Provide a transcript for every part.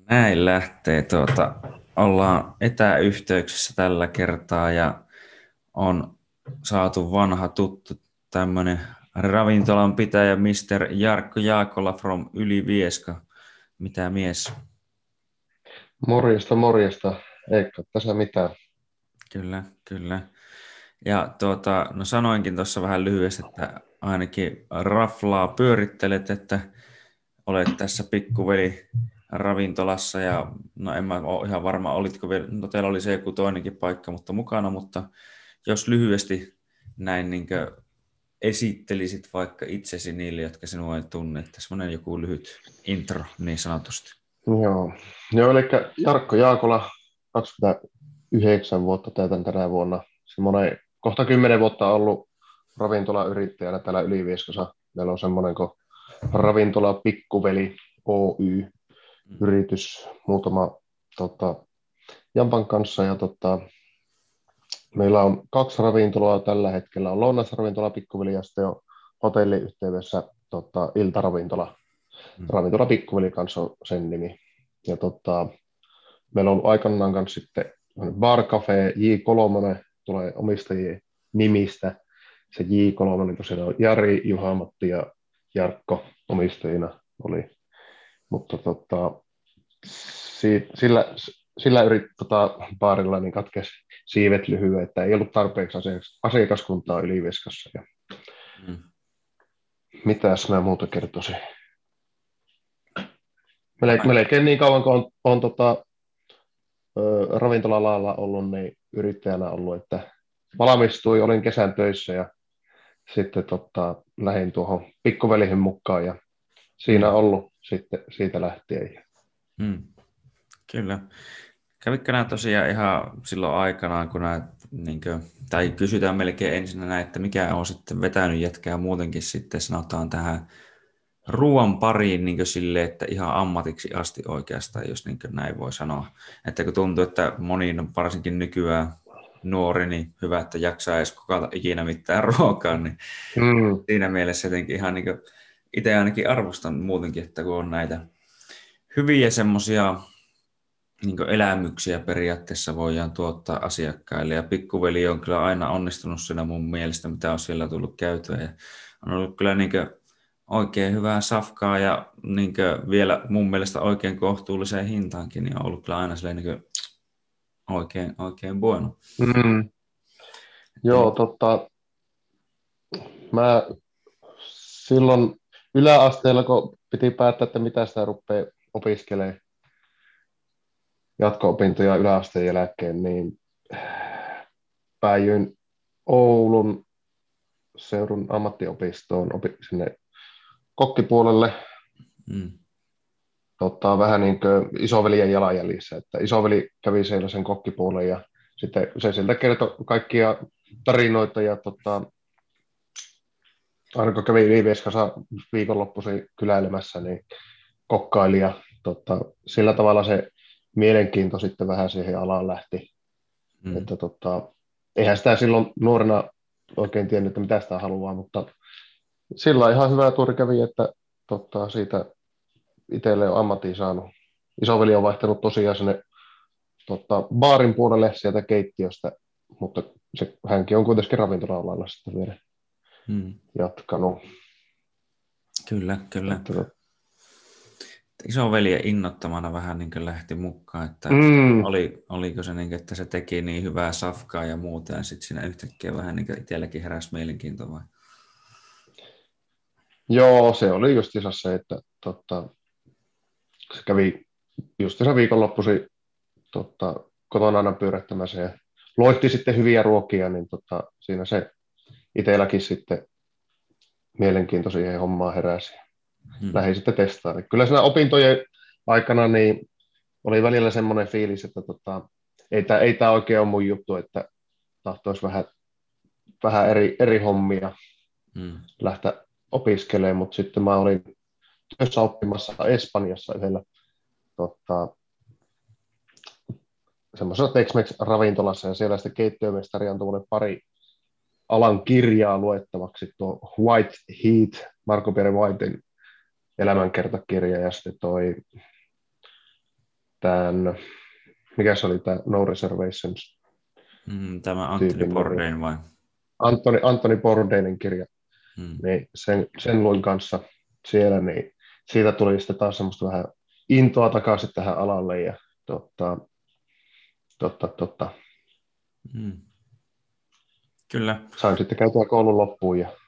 Näin lähtee. Ollaan etäyhteyksissä tällä kertaa ja on saatu vanha tuttu tämmönen ravintolan pitäjä Mr. Jarkko Jaakola from Ylivieska. Mitä mies? Morjesta, morjesta. Eikö tässä mitään? Kyllä, kyllä. Ja no sanoinkin tuossa vähän lyhyesti, että ainakin raflaa pyörittelet, että olet tässä pikkuveli ravintolassa ja no en mä ole ihan varma, olitko vielä, no teillä oli se joku toinenkin paikka, mutta mukana, mutta jos lyhyesti näin niin esittelisit vaikka itsesi niille, jotka sinua ei tunne, että semmoinen joku lyhyt intro niin sanotusti. Joo. Joo, eli Jarkko Jaakola, 29 vuotta täytän tänä vuonna. Semmoinen kohta 10 vuotta ollut ravintolayrittäjänä täällä Ylivieskassa. Meillä on semmoinen kuin Ravintola Pikkuveli Mm. Oy-yritys muutama Jampan kanssa. Ja meillä on kaksi ravintolaa tällä hetkellä. On Lounasravintola Pikkuveli ja sitten on hotelliyhteydessä iltaravintola. Mm. Ravintola Pikkuveli kanssa on sen nimi. Ja meillä on ollut aikanaan kanssa sitten Bar Cafe J3, tulee omistajien nimistä. Se J3, niin tosiaan on Jari, Juha-Matti ja Jarkko omistajina oli. Mutta sillä baarilla niin katkesi siivet lyhyen, että ei ollut tarpeeksi asiakaskuntaa Ylivieskassa. Ja Mm. mitäs mä muuta kertoisin? Melkein niin kauan kuin on ravintola-alalla ollut, niin yrittäjänä ollut, että valmistuin, olin kesän töissä ja sitten lähdin tuohon pikkuvelihin mukaan ja siinä Mm. ollut sitten siitä lähtien. Mm. Kyllä. Kävitkö nämä tosiaan ihan silloin aikanaan, kun tai kysytään melkein ensin näin, että mikä on sitten vetänyt jätkää muutenkin sitten sanotaan tähän ruoan pariin niin sille, että ihan ammatiksi asti oikeastaan, jos niin näin voi sanoa. Että kun tuntuu, että moni, varsinkin nykyään nuori, niin hyvä, että jaksaa edes kokata ikinä mitään ruokaa, niin Mm, siinä mielessä jotenkin ihan niin itse ainakin arvostan muutenkin, että kun on näitä hyviä semmoisia niin elämyksiä periaatteessa voidaan tuottaa asiakkaille. Ja pikkuveli on kyllä aina onnistunut siinä mun mielestä, mitä on siellä tullut käytyä. Ja on ollut kyllä niin oikein hyvää safkaa ja niin vielä mun mielestä oikein kohtuulliseen hintaankin, niin on ollut kyllä aina niin oikein bueno. mm. Että Joo, mä silloin yläasteella, kun piti päättää, että mitä sitä rupeaa opiskelemaan jatko-opintoja yläasteen jälkeen, niin päädyin Oulun seudun ammattiopistoon sinne kokkipuolelle mm, vähän niin kuin isoveljen jalanjäljissä, että isoveli kävi siellä sen kokkipuolen ja sitten se sieltä kertoi kaikkia tarinoita ja aina kun kävi Ylivieskassa viikonloppuisin kyläilemässä, niin kokkaili ja sillä tavalla se mielenkiinto sitten vähän siihen alaan lähti, mm, että eihän sitä silloin nuorena oikein tiennyt, että mitä sitä haluaa, mutta sillä ihan hyvä tuuri kävi, että siitä itselle on ammatin saanut. Isoveli on vaihtanut tosiaan sinne baarin puolelle sieltä keittiöstä, mutta hänkin on kuitenkin ravintola-alalla sitten vielä mm. jatkanut. Kyllä, kyllä. Että, Isoveljen innottamana vähän niin lähti mukaan, että mm, oliko se niin, että se teki niin hyvää safkaa ja muuta, ja sitten siinä yhtäkkiä vähän niin itselläkin heräsi mielenkiintoa vai? joo, se oli justiinsa se, että se kävi justiinsa viikonloppuisin kotona aina pyörähtämässä ja loitti sitten hyviä ruokia, niin siinä se itselläkin sitten mielenkiinto siihen hommaan heräsi. Hmm. Lähdin sitten testaamaan. Kyllä siinä opintojen aikana niin oli välillä semmoinen fiilis, että ei tämä oikein ole mun juttu, että tahtoisi vähän eri hommia Hmm. lähteä opiskelemaan, mutta sitten mä olin työssä oppimassa Espanjassa yhdellä tota, semmoisessa Tex-Mex-ravintolassa ja siellä sitten keittiömestari antoi mulle pari alan kirjaa luettavaksi, tuo White Heat, Marco Pierre Whitein elämänkertakirja ja sitten toi tämän, mikä se oli tämä No Reservations Tämä Anthony tyypin nimi. Bourdain vai? Anthony Bourdainin kirja, niin sen luin kanssa siellä, niin siitä tuli sitten taas semmoista vähän intoa takaisin tähän alalle ja Kyllä. sain sitten käytyä koulun loppuun ja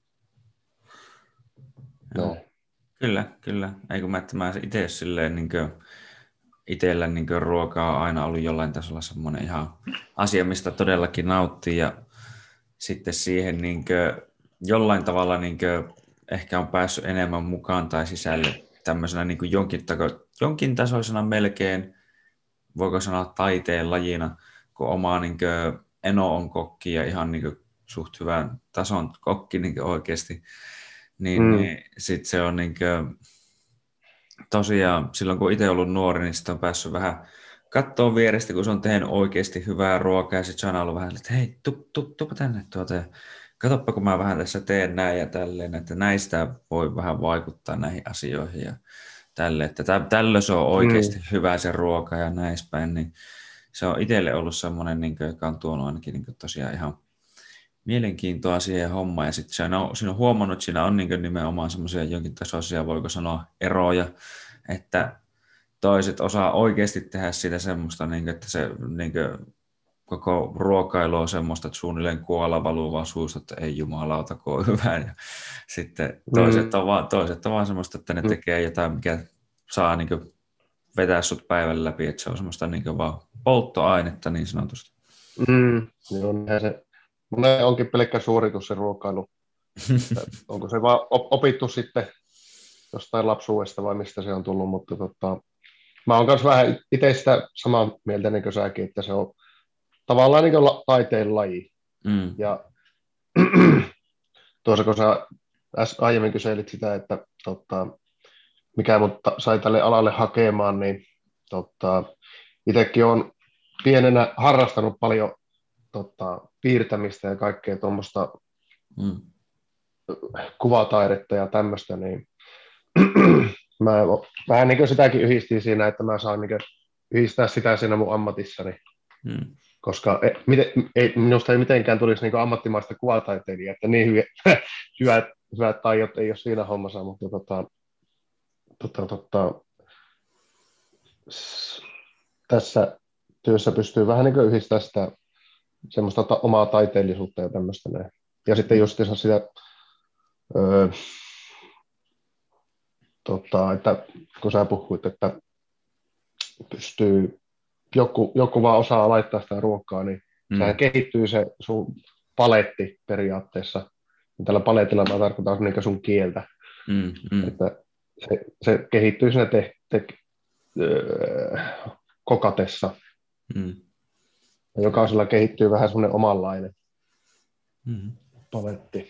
no. Kyllä. Eikö mä itse silleen itsellä ruokaa on aina ollut jollain tasolla semmoinen ihan asia, mistä todellakin nauttii ja sitten siihen jollain tavalla ehkä on päässyt enemmän mukaan tai sisälle tämmöisenä jonkin tasoisena melkein, voiko sanoa taiteen lajina, kun oma eno on kokki ja ihan suht hyvän tason kokki oikeasti, niin sitten se on tosiaan silloin kun itse ollut nuori, niin sitten on päässyt vähän katsoa vierestä, kun se on tehnyt oikeasti hyvää ruokaa ja sitten se on ollut vähän, että hei, tuppa tänne ja katsoppa, kun mä vähän tässä teen näin ja tälleen, että näistä voi vähän vaikuttaa näihin asioihin ja tälle, että tällöin se on oikeasti hyvä se ruoka ja näispäin, niin se on itselle ollut semmoinen, joka on tuonut ainakin tosiaan ihan mielenkiintoa siihen hommaan ja sitten siinä on huomannut, että siinä on nimenomaan semmoisia jonkin tasoisia, voiko sanoa, eroja, että toiset osaa oikeasti tehdä siitä semmoista, että se koko ruokailu on semmoista, että suunnilleen kuola valuu vaan suusta, että ei jumalauta, kun on hyvä. Ja sitten toiset on vaan semmoista, että ne tekee jotain, mikä saa vetää sut päivän läpi, että se on semmoista vaan polttoainetta niin sanotusti. Joo, se monella onkin pelkkä suoritus se ruokailu. Onko se vaan opittu sitten jostain lapsuudesta vai mistä se on tullut, mutta mä oon myös vähän itse sitä samaa mieltä niin kuin säkin, että se on tavallaan niin kuin taiteen laji. Ja tuossa kun sä aiemmin kyselit sitä, että mikä mut sai tälle alalle hakemaan, niin itsekin olen pienenä harrastanut paljon piirtämistä ja kaikkea tuommoista kuvataidetta ja tämmöistä, niin mä vähän niin kuin sitäkin yhdistin siinä, että mä saan niin yhdistää sitä siinä mun ammatissani, koska minusta ei mitenkään tulisi niin ammattimaista kuvataiteilijaa, että niin hyvät taidot ei ole siinä hommassa, mutta tässä työssä pystyy vähän niin yhdistämään sitä semmoista omaa taiteellisuutta ja tämmöistä näin. Ja sitten justiinsa sitä, että kun sä puhuit, että pystyy, joku vaan osaa laittaa sitä ruokaa, niin sehän kehittyy se sun paletti periaatteessa. Ja tällä paletilla mä tarkoitan niin sun kieltä. Että se kehittyy siinä kokatessa. Ja jokaisella kehittyy vähän semmoinen omanlainen paletti.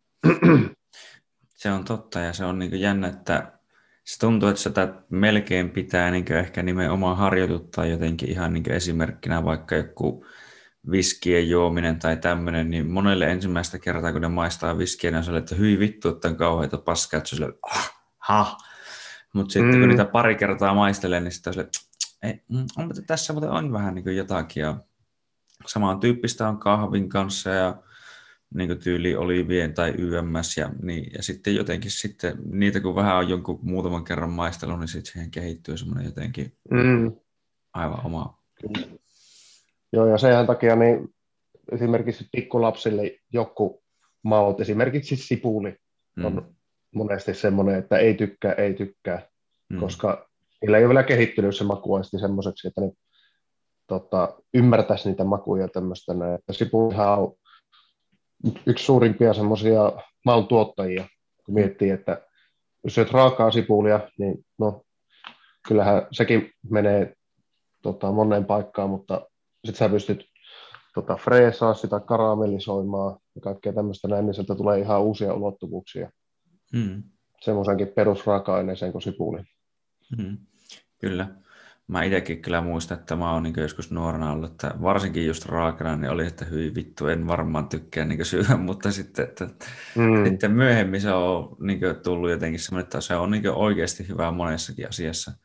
Se on totta ja se on jännä, että se tuntuu, että sitä melkein pitää ehkä nimenomaan harjoituttaa jotenkin ihan esimerkkinä vaikka joku viskien juominen tai tämmöinen, niin monelle ensimmäistä kertaa, kun ne maistaa viskiä, niin on sellainen, että hyi vittu, että on kauheita paskaa, että se on mutta sitten kun niitä pari kertaa maistelee, niin sitten on sellainen, tässä muuten on vähän jotakin ja samantyyppistä on kahvin kanssa ja tyyli olivien tai YMS ja sitten jotenkin sitten niitä kun vähän on jonkun muutaman kerran maistellut, niin sitten siihen kehittyy semmoinen jotenkin aivan oma. Joo, ja sen takia niin esimerkiksi pikkulapsille joku maut, esimerkiksi sipuli on monesti semmoinen, että ei tykkää, koska niillä ei ole vielä kehittynyt se makuaisti semmoiseksi, että ne ymmärtäisi niitä makuja tämmöistä. Että sipulihan on yksi suurimpia semmoisia maun tuottajia, kun miettii, että jos syöt raakaa sipulia, niin no, kyllähän sekin menee moneen paikkaan, mutta sitten sä pystyt freesaa sitä, karamellisoimaan ja kaikkea tämmöistä näin, niin sieltä tulee ihan uusia ulottuvuuksia semmoisenkin perusraaka-aineeseen kuin sipuli. Kyllä. Mä itsekin kyllä muistan, että mä oon joskus nuorena ollut, että varsinkin just raakana, niin oli, että hyi vittu, en varmaan tykkää syödä, mutta sitten, sitten myöhemmin se on tullut jotenkin semmoinen, että se on oikeasti hyvä monessakin asiassa.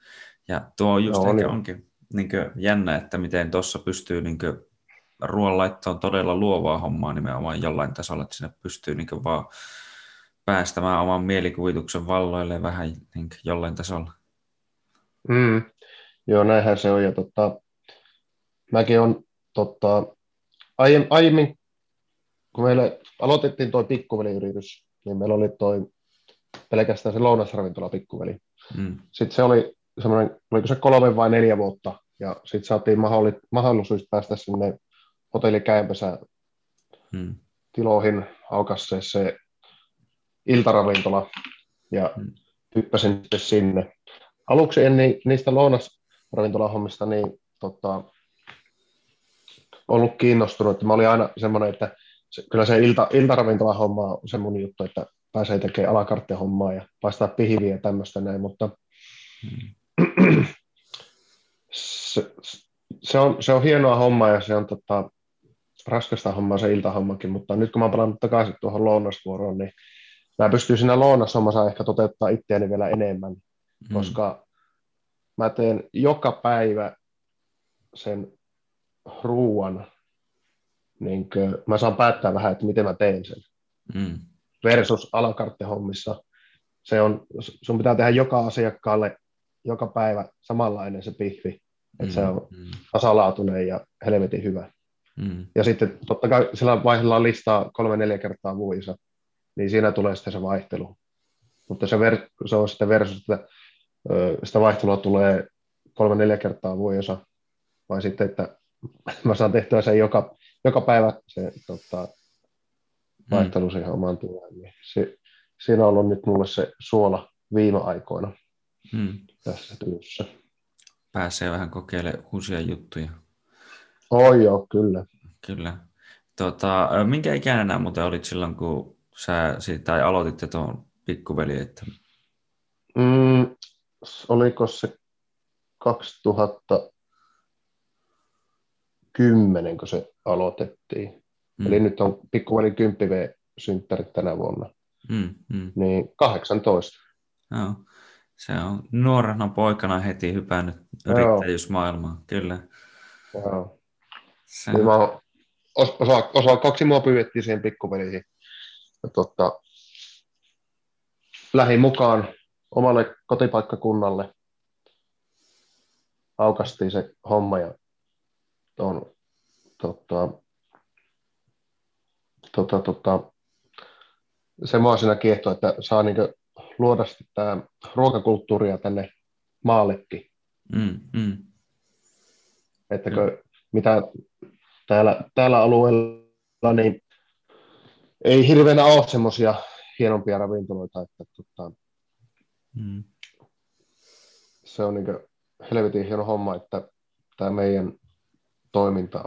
Ja tuo on just Joo, ehkä niin. onkin niin jännä, että miten tuossa pystyy niin ruoanlaitto on todella luovaa hommaa nimenomaan jollain tasolla, että sinne pystyy niin vaan päästämään oman mielikuvituksen valloille vähän niin jollain tasolla. Mm. Joo, näinhän se on. Ja mäkin on aiemmin, kun meille aloitettiin tuo pikkuveli-yritys, niin meillä oli toi pelkästään se lounasravintola pikkuveli. Mm, Sitten se oli semmoinen, oliko se 3 vai 4 vuotta, ja sitten saatiin mahdollisuus päästä sinne hotellikäenpesä mm, tiloihin aukaisee se iltaravintola, ja mm, hyppäsin sitten sinne. Aluksi en niistä lounasravintolahommista niin ollut kiinnostunut, että mä olin aina semmoinen, että kyllä se iltaravintola-homma on se mun juttu, että pääsee tekemään alakarttehommaa ja paistaa pihviä ja tämmöistä näin, mutta mm, se, se on hienoa hommaa ja se on raskasta hommaa se iltahommakin, mutta nyt kun mä oon palannut takaisin tuohon lounasvuoroon, niin mä pystyn siinä lounashommassa ehkä toteuttaa itseäni vielä enemmän, mm, koska mä teen joka päivä sen ruuan, niin mä saan päättää vähän, että miten mä teen sen. mm, Versus alakarttehommissa, sun pitää tehdä joka asiakkaalle joka päivä samanlainen se pihvi, että se mm, on mm, tasalaatuinen ja helvetin hyvä. mm, Ja sitten totta kai sillä vaihdellaan listaa 3-4 kertaa vuodessa, niin siinä tulee sitten se vaihtelu. Mutta se on sitten versus, että sitä vaihtelua tulee 3-4 kertaa vuodessa, vai sitten, että mä saan tehtyä sen joka päivä se mm, vaihtelu siihen omaan työhön. Niin siinä on ollut nyt mulle se suola viime aikoina mm. tässä työssä. Pääsee vähän kokeilemaan uusia juttuja. Oi joo, kyllä. Kyllä. Minkä ikäinen muuten olit silloin, kun sä tai aloititte tuon pikkuveli? Että... Mm, oliko se 2010, kun se aloitettiin? Eli Mm, nyt on pikkuveli 10V-synttärit tänä vuonna. mm, mm. Niin 18. Joo. Se on nuorena poikana heti hypännyt Joo, yrittäjyysmaailmaan. Kyllä. joo. Se Niin on. mä osa 2 mua pyydettiin siihen pikkuveliin. Ja lähin mukaan omalle kotipaikkakunnalle, aukastiin se homma ja on, tota, se mua siinä kiehtoo, että saa niinku luoda sitä ruokakulttuuria tänne maallekin. Mm, mm. Että Kyllä. mitä täällä alueella, niin ei hirveänä ole semmoisia hienompia ravintoloita, että Mm, se on niinku helvetin hieno homma, että tämä meidän toiminta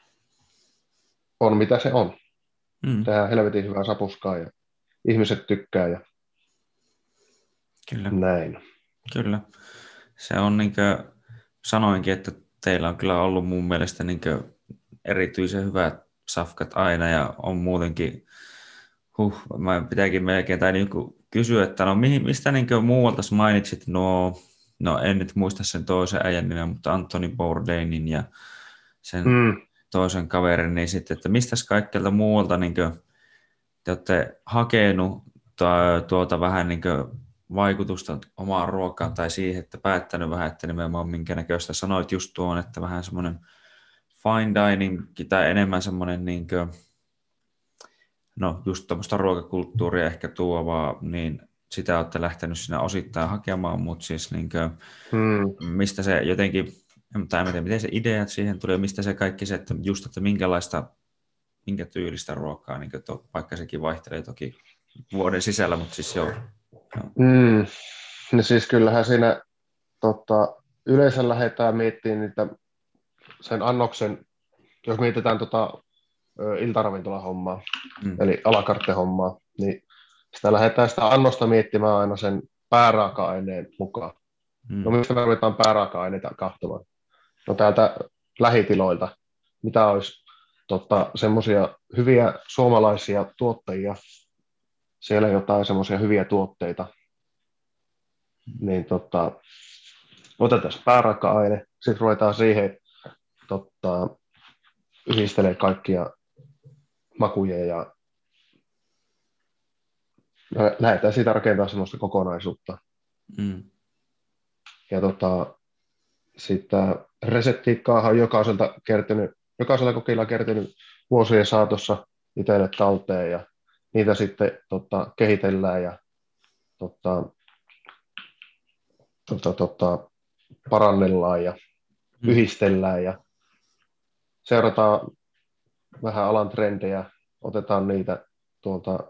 on mitä se on. mm. Tehdään helvetin hyvää sapuskaa ja ihmiset tykkää ja Kyllä. näin. Kyllä. Se on niin kuin sanoinkin, että teillä on kyllä ollut mun mielestä niin erityisen hyvät safkat aina ja on muutenkin, mä pitääkin melkein tai niin kysyä, että no mistä niin muualta mainitsit no en nyt muista sen toisen äijän nimeä, mutta Anthony Bourdainin ja sen Mm. toisen kaverin, niin sitten, että mistä kaikkelta muualta niin te olette hakenut tuota vähän niin vaikutusta omaan ruokaan tai siihen, että päättänyt vähän, että nimenomaan minkä näköistä sanoit just tuon, että vähän semmoinen fine dining tai enemmän semmoinen niin kuin, no just tämmöistä ruokakulttuuria ehkä tuovaa, niin sitä olette lähtenyt siinä osittain hakemaan, mutta siis niin kuin, mistä se jotenkin, tai en tiedä, miten se ideat siihen tulee, mistä se kaikki se, että just, että minkä tyylistä ruokaa, niin kuin vaikka sekin vaihtelee toki vuoden sisällä, mutta siis joo. Mm. No siis kyllähän siinä yleensä lähdetään miettimään niitä sen annoksen, jos mietitään iltaravintolahommaa, eli alakarttehommaa, niin sitä annosta miettimään aina sen pääraaka-aineen mukaan. No mistä me ruvetaan pääraaka-aineita kahtomaan? No täältä lähitiloilta. Mitä olisi semmoisia hyviä suomalaisia tuottajia, siellä jotain semmoisia hyviä tuotteita, niin otetaan se pääraaka-aine, sitten ruvetaan siihen yhdistelee kaikkia makuja ja lähdetään siitä rakentamaan semmoista kokonaisuutta. Mm. Ja sitten reseptiikkaahan on jokaisella kokeilla kertynyt vuosien saatossa itselle talteen ja niitä sitten kehitellään ja parannellaan ja yhdistellään ja seurataan vähän alan trendejä, otetaan niitä tuolta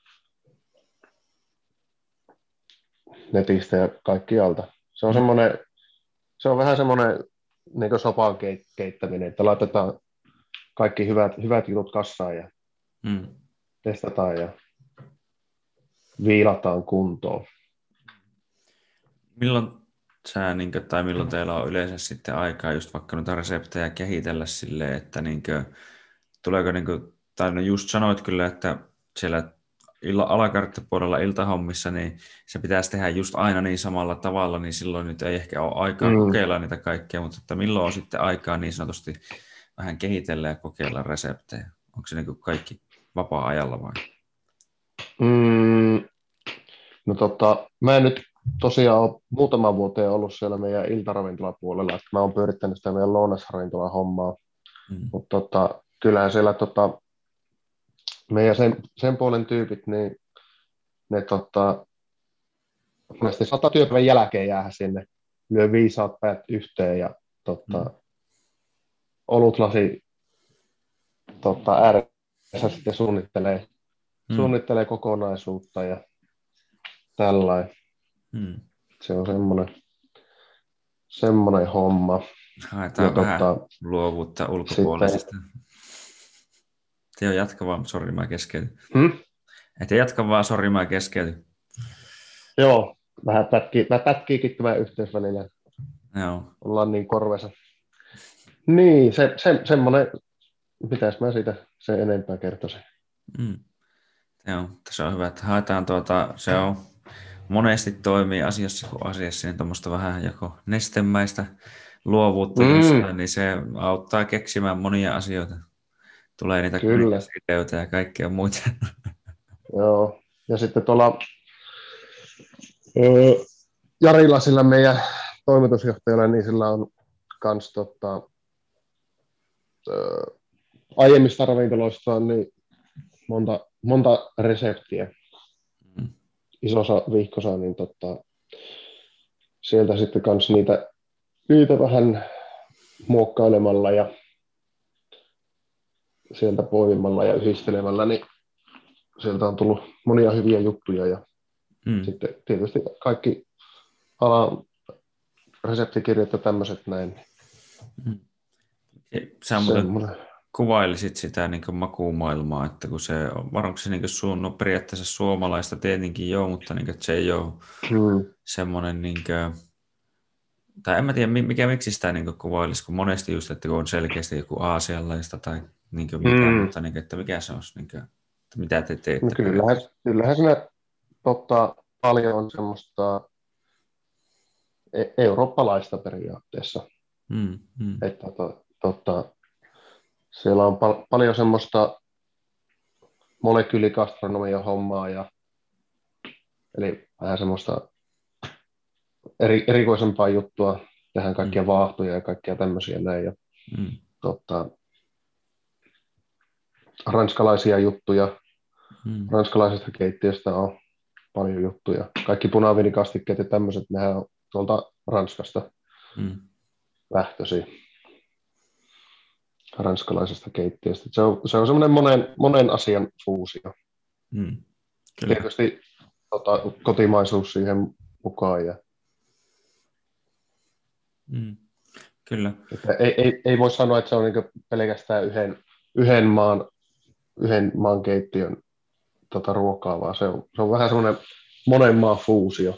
netistä ja kaikkialta. Se on vähän semmoinen niin sopan keittäminen, että laitetaan kaikki hyvät jutut kassaan ja testataan ja viilataan kuntoon. Milloin tai milloin teillä on yleensä sitten aikaa just vaikka noita reseptejä kehitellä silleen, että tuleeko tai no just sanoit kyllä, että siellä alakarttipuolella iltahommissa, niin se pitäisi tehdä just aina niin samalla tavalla, niin silloin nyt ei ehkä ole aikaa kokeilla niitä kaikkea, mutta että milloin on sitten aikaa niin sanotusti vähän kehitellä ja kokeilla reseptejä? Onko se kaikki vapaa-ajalla vai? No mä en nyt tosiaan ole muutaman vuoteen ollut siellä meidän iltaravintolapuolella, että mä oon pyörittänyt sitä meidän lounasravintolan hommaa, mutta kyllähän siellä meidän sen puolen tyypit, niin ne monesti 100 työpäivän jälkeen jäädä sinne, lyö viisaat päät yhteen ja olutlasi ääressä sitten suunnittelee kokonaisuutta ja tällainen. Se on semmoinen homma. Haetaan vähän luovuutta ulkopuolisesta. Te on jatka vaan, sori mä keskeytyn. Että jatka vaan, sori mä keskeytyn. Joo, vähän pätkiikin tämä yhteys välillä. Joo. Ollaan niin korvessa. Niin, semmoinen, mitäs mä siitä sen enempää kertoisin. Joo, se on hyvä, että haetaan se on monesti toimii asiassa kuin asiassa, niin tuommoista vähän joko nestemäistä luovuutta jostain, niin se auttaa keksimään monia asioita. Tulee niitä kuningasvideoita ja kaikkea muita. Joo, ja sitten tuolla Jarilla, sillä meidän toimitusjohtajalla, niin sillä on kans aiemmista ravintoloista niin monta reseptiä. Isossa vihkossa, niin sieltä sitten kans niitä vähän muokkailemalla ja sieltä poimimalla ja yhdistelemällä, niin sieltä on tullut monia hyviä juttuja ja sitten tietysti kaikki alan reseptikirjat ja tämmöiset näin. Sä kuvailisit sitä makumaailmaa, että kun se on varmasti se periaatteessa suomalaista tietenkin joo, mutta se ei ole semmoinen, tai en mä tiedä miksi sitä kuvailisi, kun monesti just, että kun on selkeästi joku aasialaista tai mitä, mutta että mikä se olisi, että mitä te teette? No kyllähän siinä paljon on semmoista eurooppalaista periaatteessa, että siellä on paljon semmoista molekyyligastronomian hommaa, eli vähän semmoista erikoisempaa juttua, tehdään kaikkia vaahtoja ja kaikkia tämmöisiä näin. Ja, ranskalaisia juttuja, ranskalaisesta keittiöstä on paljon juttuja. Kaikki punaviinikastikkeet ja tämmöiset, nehän on tuolta Ranskasta lähtöisin. Ranskalaisesta keittiöstä. Se on semmoinen monen asian fuusio. Kyllä. Tietysti kotimaisuus siihen mukaan. Ja Kyllä. Ei voi sanoa, että se on pelkästään yhden maan keittiön ruokaa, vaan se on vähän semmoinen monen maan fuusio.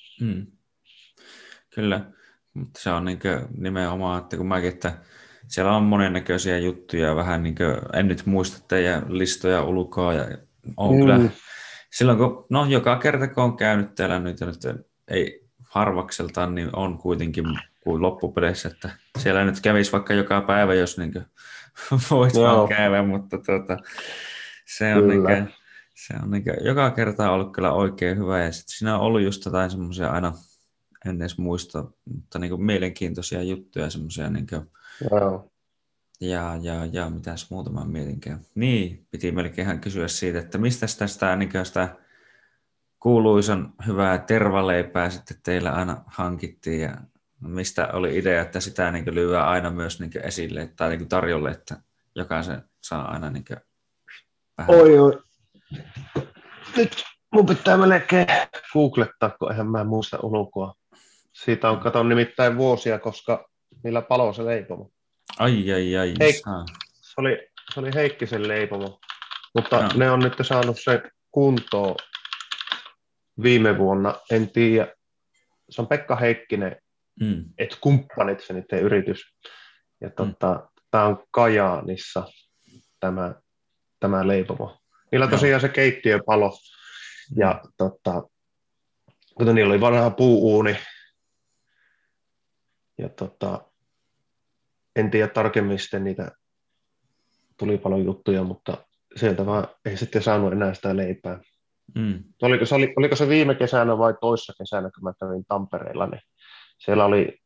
Kyllä, mutta se on nimenomaan, että kun mäkin, että siellä on monennäköisiä juttuja, vähän en nyt muista teidän listoja ulkoa, ja on kyllä silloin kun, joka kerta kun on käynyt täällä nyt ei harvakseltaan niin on kuitenkin kuin loppupeleissä, että siellä nyt kävisi vaikka joka päivä, jos niin voisi vaan Joo, käydä, mutta se on, niin kyllä. kuin, se on niin joka kerta ollut kyllä oikein hyvä ja sitten siinä on ollut just jotain semmoisia aina, en edes muista, mutta niin mielenkiintoisia juttuja semmoisia niin Joo. ja mitäs muutama mietinkään. Niin, piti melkein ihan kysyä siitä, että mistä tästä niin sitä kuuluisan hyvää tervaleipää sitten teillä aina hankittiin ja mistä oli idea, että sitä niin lyödään aina myös niin esille tai niin tarjolle, että jokaisen saa aina niin vähän. Oi. Nyt mun pitää melkein googlettaa, kun eihän mä muista ulkoa. Siitä on katon nimittäin vuosia, koska niillä paloi se leipomo. Ai, Se oli Heikkisen leipomo, mutta no. ne on nyt saanut se kuntoon viime vuonna. En tiedä, se on Pekka Heikkinen, et kumppanit se niiden yritys. Ja tämä on Kajaanissa tämä leipomo. Niillä tosiaan se keittiö palo. Ja kuten niillä oli vanha puuuuni. Ja en tiedä tarkemmin sitten niitä tulipalojuttuja, mutta sieltä vaan ei sitten saanut enää sitä leipää. Oliko se viime kesänä vai toissa kesänä, kun mä kävin Tampereella, niin siellä oli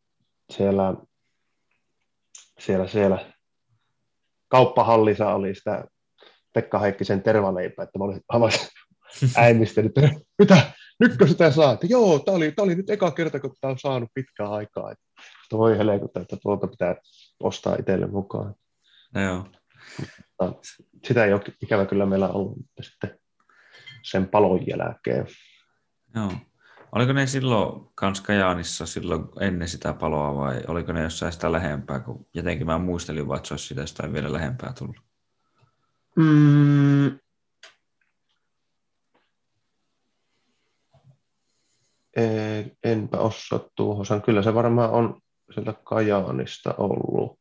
siellä kauppahallissa oli sitä Pekka Heikkisen tervaleipää, että mä olin äimistänyt, että mitä, nytkö sitä saa? Että joo, tää oli nyt eka kerta, kun tää on saanut pitkään aikaa. Että voi helekuta, että tuolta pitää ostaa itselle mukaan. Joo. Sitä ei ole ikävä kyllä meillä ollut sitten sen palon jälkeen. Joo. Oliko ne silloin kans Kajaanissa silloin ennen sitä paloa vai oliko ne jossain sitä lähempää, kun jotenkin mä muistelin vaan, että se olisi sitä jostain vielä lähempää tullut. Enpä osaa tuohon. Kyllä se varmaan on sieltä Kajaanista ollut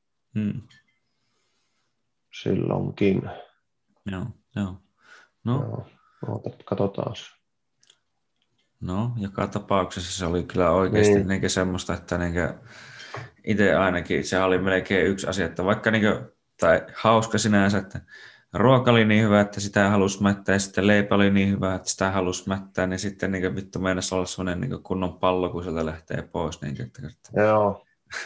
silloinkin. Joo. No. Katsotaan. No, joka tapauksessa se oli kyllä oikeasti niin semmoista, että niin itse ainakin se oli melkein yksi asia, että vaikka tai hauska sinänsä, että ruoka oli niin hyvä, että sitä halusi mättää, ja sitten leipä oli niin hyvä, että sitä halusi mättää, niin sitten vittu meinasi olla sellainen kunnon pallo, kun sieltä lähtee pois. Joo.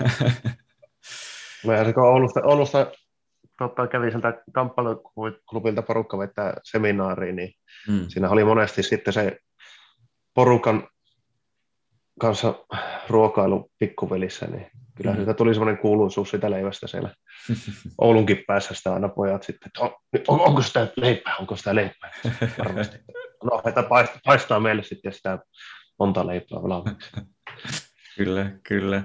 Mehän se kun Oulusta kävi sieltä kamppailuklubilta porukka vetää seminaariin, niin siinä oli monesti sitten se porukan kanssa ruokailu pikkuvelissä, niin kyllä siitä tuli semmoinen kuuluisuus sitä leivästä siellä Oulunkin päässä sitä aina pojat sitten, että onko sitä leipää, varmasti. No, että paistaa meille sitten sitä monta leipää valmiiksi. Kyllä.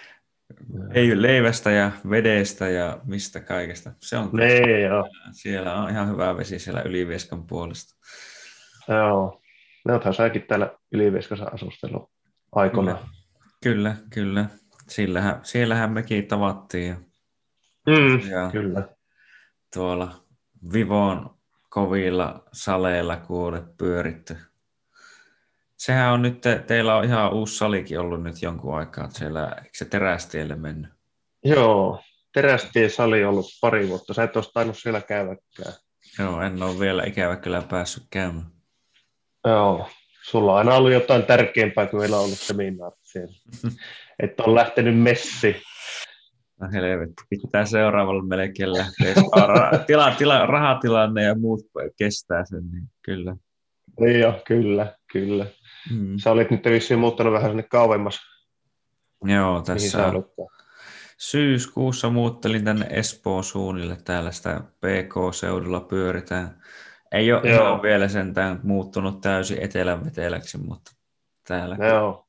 Ei leivästä ja vedestä ja mistä kaikesta. Se on siellä on ihan hyvä vesi siellä Ylivieskan puolesta. Joo. Ne oothan säkin täällä Ylivieskassa asustellut aikoinaan. Kyllä. Siellähän mekin tavattiin. Ja kyllä. Tuolla Vivon kovilla saleilla kuulet pyöritty. Sehän on nyt, teillä on ihan uusi salikin ollut nyt jonkun aikaa siellä, eikö se Terästielle mennyt? Joo, Terästien sali on ollut pari vuotta. Sä et olisi tainnut siellä käydäkään. Joo, en ole vielä ikävä kyllä päässyt käymään. Joo, sulla on aina ollut jotain tärkeämpää kuin meillä on ollut seminaari siellä. Että on lähtenyt messi. No helvetti, pitää seuraavalle melkein lähteä. Rahatilanne ja muut kestää sen, niin kyllä. Niin jo, kyllä. Sä olit nyt vissiin muuttanut vähän sinne kauemmas. Joo, tässä syyskuussa muuttelin tänne Espoon suunnille. Täällä sitä PK-seudulla pyöritään. Ei ole ihan vielä sentään muuttunut täysin etelänveteläksi, mutta täällä. Joo.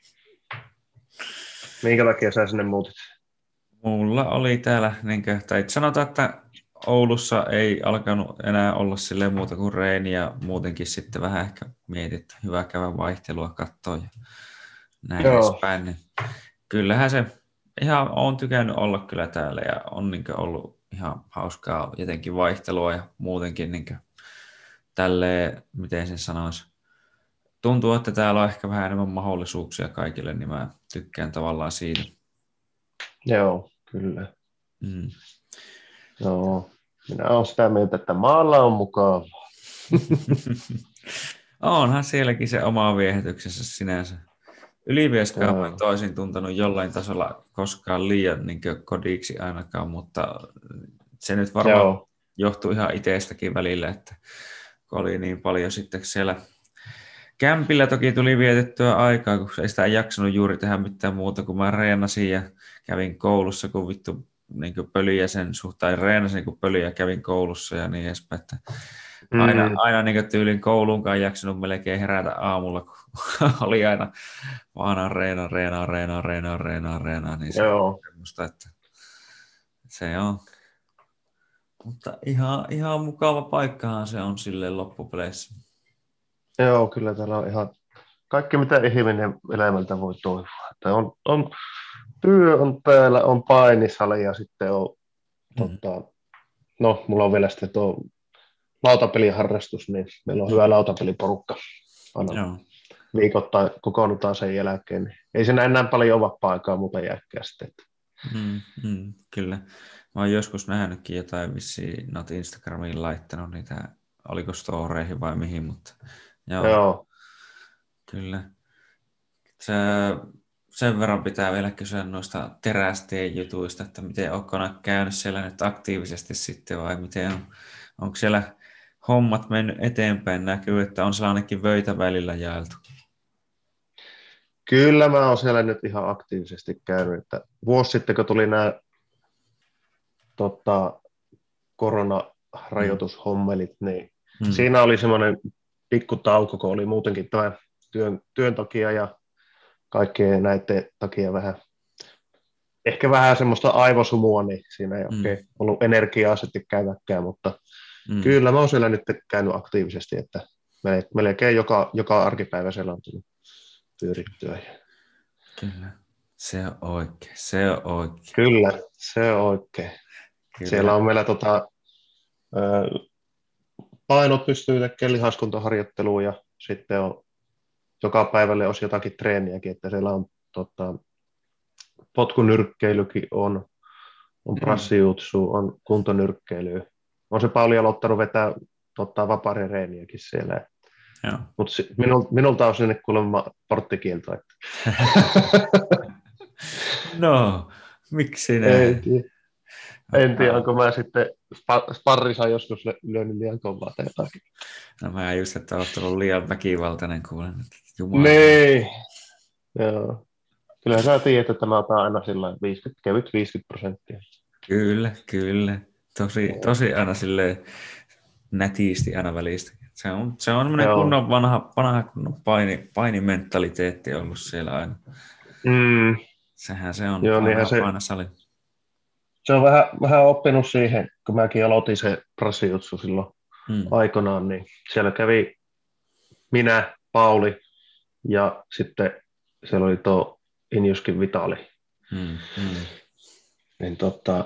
Minkä takia sä sinne muutit? Mulla oli täällä, tai sanotaan, että Oulussa ei alkanut enää olla silleen muuta kuin reeni ja muutenkin sitten vähän ehkä mietit, että hyvä käydä vaihtelua katsoa ja näin edespäin. Niin kyllähän se ihan on tykännyt olla kyllä täällä ja on ollut ihan hauskaa jotenkin vaihtelua ja muutenkin tälleen, miten sen sanoisi, tuntuu, että täällä on ehkä vähän enemmän mahdollisuuksia kaikille, niin mä tykkään tavallaan siitä. Joo, kyllä. Mm. Joo, minä olen sitä mieltä, että maalla on mukava. Onhan sielläkin se oma viehätyksensä sinänsä. Ylivieskaan mä en Joo, toisin tuntenut jollain tasolla koskaan liian niin kodiksi ainakaan, mutta se nyt varmaan joo, johtuu ihan itsestäkin välillä, että kun oli niin paljon sitten siellä kämpillä toki tuli vietettyä aikaa, kun ei sitä jaksanut juuri tehdä mitään muuta, kun mä reenasin ja kävin koulussa, kun vittu niin pölyjä sen suhteen, reenasin kun pölyjä kävin koulussa ja niin edespäin, että aina niin tyylin kouluunkaan jaksanut melkein herätä aamulla, kun oli aina vaan reenaa, niin se on joo. semmoista, että se on. Mutta ihan mukava paikkahan se on silleen loppupeleissä. Joo, kyllä täällä on ihan kaikki, mitä ihminen elämältä voi toivoa. Että työ on päällä, on painisali ja sitten on, no, mulla on vielä sitten tuo lautapeliharrastus, niin meillä on hyvä lautapeliporukka. Aina Joo. viikoittain kokoonnutaan sen jälkeen. Niin ei se enää paljon vapaa-aikaa muuta jääkään sitten. Kyllä. Mä oon joskus nähnytkin jotain vissiin, Instagramiin laittanut niitä, oliko storeihin vai mihin, mutta joo. Kyllä. Sen verran pitää vielä kysyä noista terästien jutuista, että miten onko käynyt siellä nyt aktiivisesti sitten vai miten onko siellä hommat mennyt eteenpäin, näkyy, että on sellainenkin vöitä välillä jaeltu. Kyllä mä oon siellä nyt ihan aktiivisesti käynyt, että vuosi sitten kun tuli nämä koronarajoitushommelit, niin siinä oli semmoinen pikku tauko, kun oli muutenkin tämä työn takia ja kaikkien näiden takia ehkä vähän semmoista aivosumua, niin siinä ei oikein ollut energiaa sitten käydäkään, mutta kyllä mä oon siellä nyt käynyt aktiivisesti, että melkein joka arkipäivä siellä on tullut pyörittyä. Kyllä, se on oikein. Kyllä, se on oikein. Kyllä. Siellä on meillä painot pystyy tekemään lihaskuntoharjoittelua ja sitten on joka päivälle olisi jotakin treeniäkin, että siellä on potkunyrkkeilykin on brassijutsu, on kuntonyrkkeily. On se Pauli aloittanut vetää vaparireeniäkin siellä. Mutta minulta on sinne kuulemma porttikielto. No, miksi näin? En tiedä, onko mä sitten sparrissa joskus lyönyt liian kovaa tai jotakin. No mä just, että olet ollut liian väkivaltainen, kuulen. Niin, joo. Kyllä sä tiedät, että mä otan aina sillä 50%. Kyllä. Tosi aina silleen nätisti aina välistä. Se on semmoinen kunnon vanha kunnon painimentaliteetti ollut siellä aina. Sehän se on painasali. Se on vähän oppinut siihen, kun mäkin aloitin se brassijutsu silloin aikanaan, niin siellä kävi minä, Pauli ja sitten siellä oli tuo Injuskin Vitali. Niin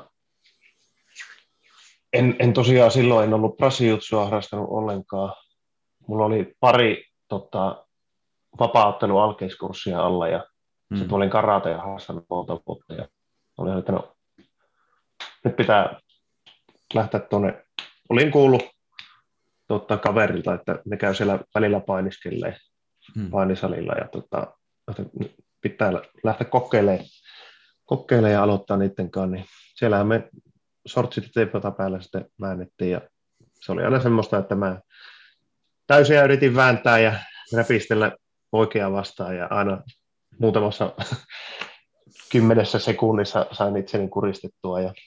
en tosiaan silloin ollut brassijutsua harrastanut ollenkaan. Mulla oli pari vapaa-ottelu alkeiskurssia alla ja sitten olin karatea harrastanut monta vuotta ja olin, että nyt pitää lähteä tuonne. Olin kuullut kaverilta, että ne käy siellä välillä painiskelleen painisalilla ja pitää lähteä kokeilemaan ja aloittaa niiden kanssa. Niin siellähän me sortsit teipota päällä sitten väännettiin ja se oli aina semmoista, että mä täysin yritin vääntää ja räpistellä poikia vastaan ja aina muutamassa 10 sekunnissa sain itseni kuristettua ja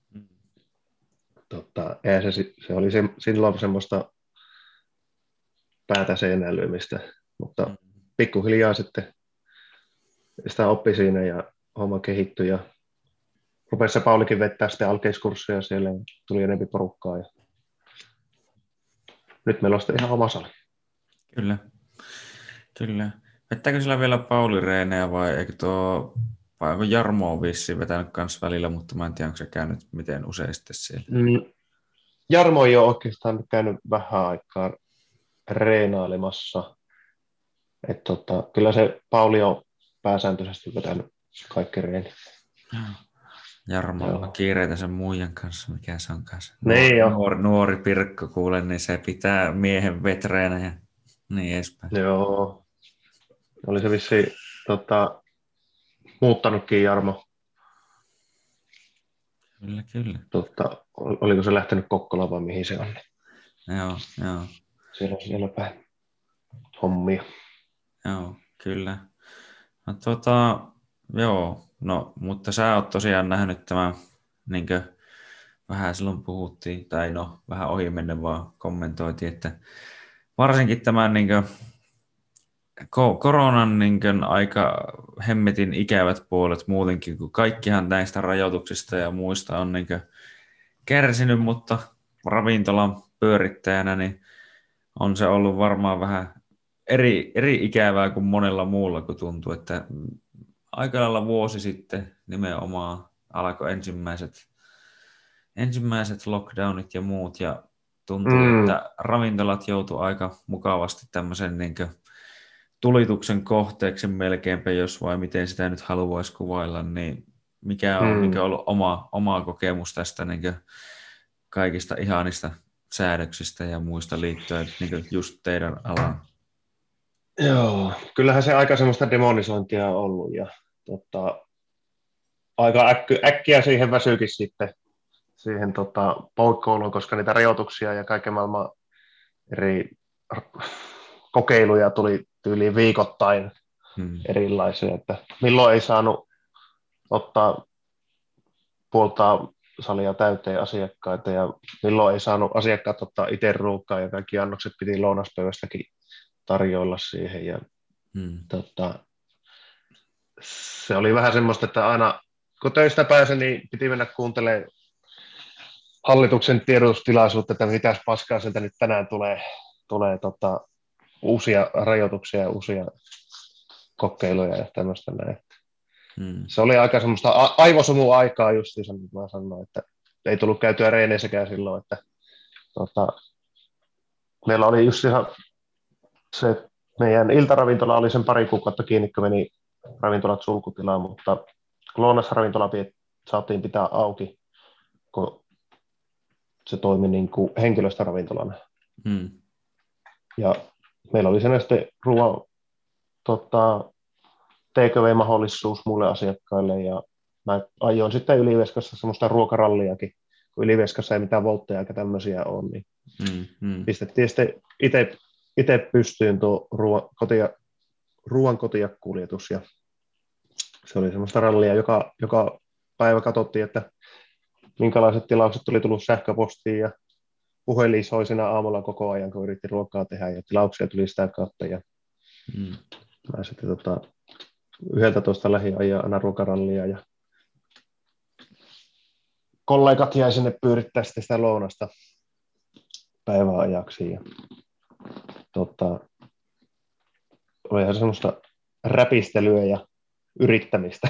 se oli silloin semmoista päätä seinään lyömistä, mutta pikkuhiljaa sitten sitä oppi siinä ja homma kehittyi ja rupesi se Paulikin vettää sitten alkeiskursseja siellä ja tuli enemmän porukkaa ja nyt meillä on sitten ihan oma sali. Kyllä. Vettääkö sillä vielä Pauli reenejä vai onko Jarmo on vissiin vetänyt kanssa välillä, mutta mä en tiedä, onko se käynyt miten usein sitten siellä. Jarmo ei ole oikeastaan käynyt vähän aikaa reenailemassa. Kyllä se Pauli on pääsääntöisesti vetänyt kaikki reenit. Jarmolla on Joo. kiireitä sen muijan kanssa, mikä se on kanssa. Niin jo. Nuori Pirkko kuule, niin se pitää miehen vetreenä ja niin edespäin. Joo. Oli se vissiin muuttanutkin Jarmo. Kyllä. Oliko se lähtenyt Kokkolaan vai mihin se on? Joo. Siellä päin hommia. Joo, kyllä. No, joo, no, mutta sä oot tosiaan nähnyt tämän, niin kuin vähän silloin puhuttiin, tai no, vähän ohimennen vaan kommentoitiin, että varsinkin tämän niin kuin, koronan niin kuin, aika hemmetin ikävät puolet muutenkin, kun kaikkihan näistä rajoituksista ja muista on niin kuin, kärsinyt, mutta ravintolan pyörittäjänä niin on se ollut varmaan vähän eri ikävää kuin monella muulla, kun tuntuu, että aika lailla vuosi sitten nimenomaan alkoi ensimmäiset lockdownit ja muut, ja tuntui, että ravintolat joutu aika mukavasti tämmöisen niin kuin tulituksen kohteeksi melkeinpä, jos vai miten sitä nyt haluaisi kuvailla, niin mikä on niin kuin ollut oma kokemus tästä niin kuin kaikista ihanista säädöksistä ja muista liittyen niin kuin just teidän alaan? Joo, kyllähän se aika semmoista demonisointia on ollut ja aika äkkiä siihen väsyykin sitten siihen poukkoiluun, koska niitä rajoituksia ja kaiken maailman eri kokeiluja tuli tyyliin viikoittain erilaisia, että milloin ei saanut ottaa puolta salia täyteen asiakkaita ja milloin ei saanut asiakkaat ottaa itse ruokaa ja kaikki annokset piti lounaspöydästäkin tarjoilla siihen ja se oli vähän semmoista, että aina kun töistä pääsi, niin piti mennä kuuntelemaan hallituksen tiedotustilaisuutta, että mitäs paskaa sieltä nyt tänään tulee uusia rajoituksia ja uusia kokeiluja ja tämmöistä näin. Se oli aika semmoista aivosumua-aikaa justiinsa, niin mä sanoin, että ei tullut käytyä reeneissäkään silloin, että meillä oli just ihan se meidän iltaravintola oli sen pari kuukautta kiinni, kun meni ravintolat sulkutilaan, mutta lounasravintola saatiin pitää auki, kun se toimi niin kuin henkilöstöravintolana. Ja meillä oli sen sitten ruoan takeaway-mahdollisuus muille asiakkaille, ja mä ajoin sitten Ylivieskassa semmoista ruokaralliakin, kun Ylivieskassa ei mitään voltteja eikä tämmöisiä ole, niin pistettiin sitten itse pystyyn tuo ruoan kotiakuljetus, ja se oli semmoista rallia, joka päivä katsottiin, että minkälaiset tilaukset tuli tullut sähköpostiin, ja puhelin soi siinä aamulla koko ajan, kun yritti ruokaa tehdä, ja tilauksia tuli sitä kautta, ja mä sitten 11 lähdin ajaa aina ruokarallia, ja kollegat jäi sinne pyörittää sitä lounasta päivän ajaksi, ja olihan se semmoista räpistelyä ja yrittämistä.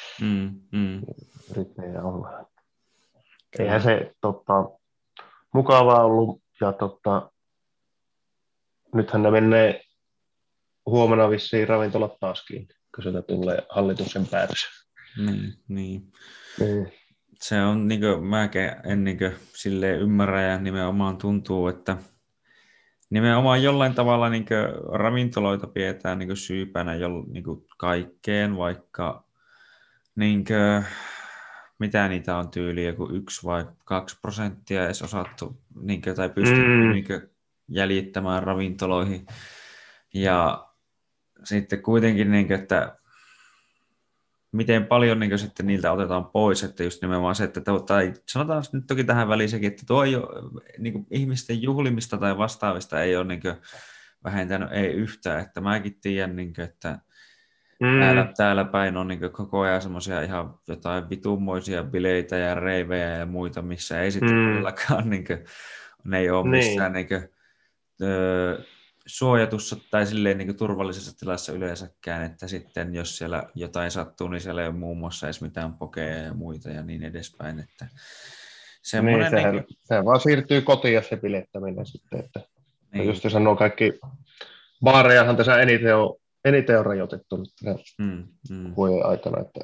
Yrittäjä olla. Eihän se mukavaa ollut, ja nythän ne menee huomenna vissiin ravintolat taaskin, kun sieltä tulee hallituksen päätös. Niin. Se on, niin kuin mäkin en niin kuin silleen ymmärrä ja nimenomaan tuntuu, että nimenomaan jollain tavalla niin kuin ravintoloita pidetään niin kuin syypänä niin kuin kaikkeen, vaikka niin kuin, mitä niitä on tyyliä, joku 1 vai 2% edes osattu niin kuin, tai pystytty niin kuin jäljittämään ravintoloihin. Ja sitten kuitenkin, niin kuin, että miten paljon niin kuin, sitten niiltä otetaan pois, että just nimenomaan se, että tai sanotaan nyt toki tähän väliin sekin, että tuo ei ole, niin kuin, ihmisten juhlimista tai vastaavista ei ole niin kuin, vähentänyt ei yhtään, että mäkin tiedän, niin kuin, että täällä päin on niin kuin, koko ajan semmoisia ihan jotain vitummoisia bileitä ja reivejä ja muita, missä ei sitten todellakaan, niin kuin, ne ei ole missään niin kuin, suojatussa tai silleen niin kuin turvallisessa tilassa yleensäkään, että sitten jos siellä jotain sattuu, niin siellä ei ole muun muassa edes mitään pokeja ja muita ja niin edespäin. Että semmoinen, niin, sehän vaan siirtyy kotiin se bilettäminen sitten. Että just sanoo kaikki baarejahan tässä eniten on eniten on rajoitettu nyt Mm. vuoden aikana. Että,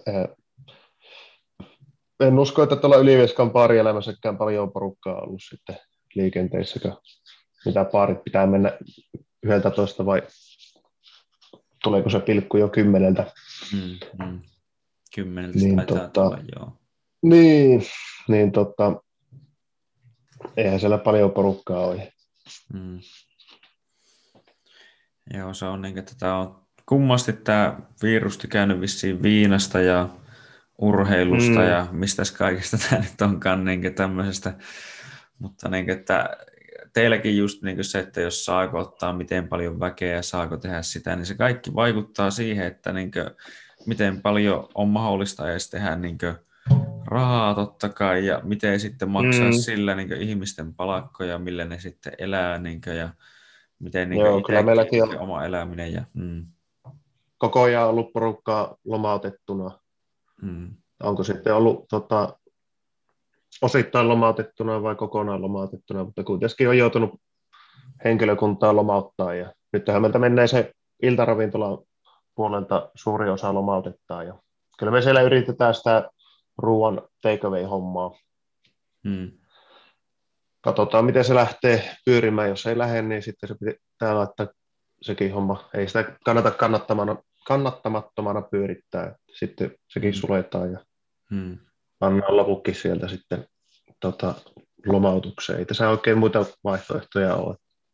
en usko, että tuolla Ylivieskan baarielämässäkään paljon porukkaa on ollut sitten liikenteessäkään. Mitä baarit pitää mennä 11 vai tuleeko se pilkku jo 10? Mm. 10 Niin, taitaa tulla, joo. niin, eihän siellä paljon porukkaa ole. Mm. Joo, se on niin, että tämä on kummasti tämä virus tykännyt vissiin viinasta ja urheilusta ja mistäs kaikesta tämä nyt onkaan niin tämmöisestä. Mutta niin, että teilläkin just niin se, että jos saako ottaa miten paljon väkeä ja saako tehdä sitä, niin se kaikki vaikuttaa siihen, että niin miten paljon on mahdollista edes tehdä niin rahaa totta kai ja miten sitten maksaa sillä niin ihmisten palkkoja, millä ne sitten elää niin ja miten niin Joo, kyllä meilläkin itsekin on oma eläminen. Ja, koko ajan ollut porukkaa lomautettuna. Onko sitten ollut osittain lomautettuna vai kokonaan lomautettuna, mutta kuitenkin on joutunut henkilökuntaa lomauttaa. Ja nythän meiltä menee se iltaravintolan puolelta suuri osa lomautettaa. Ja kyllä me siellä yritetään sitä ruoan takeaway-hommaa. Katsotaan, miten se lähtee pyörimään. Jos ei lähde, niin sitten se pitää laittaa sekin homma. Ei sitä kannata kannattamattomana pyörittää. Sitten sekin suletaan ja pannaan lopukki sieltä sitten lomautukseen. Ei tässä oikein muita vaihtoehtoja ole.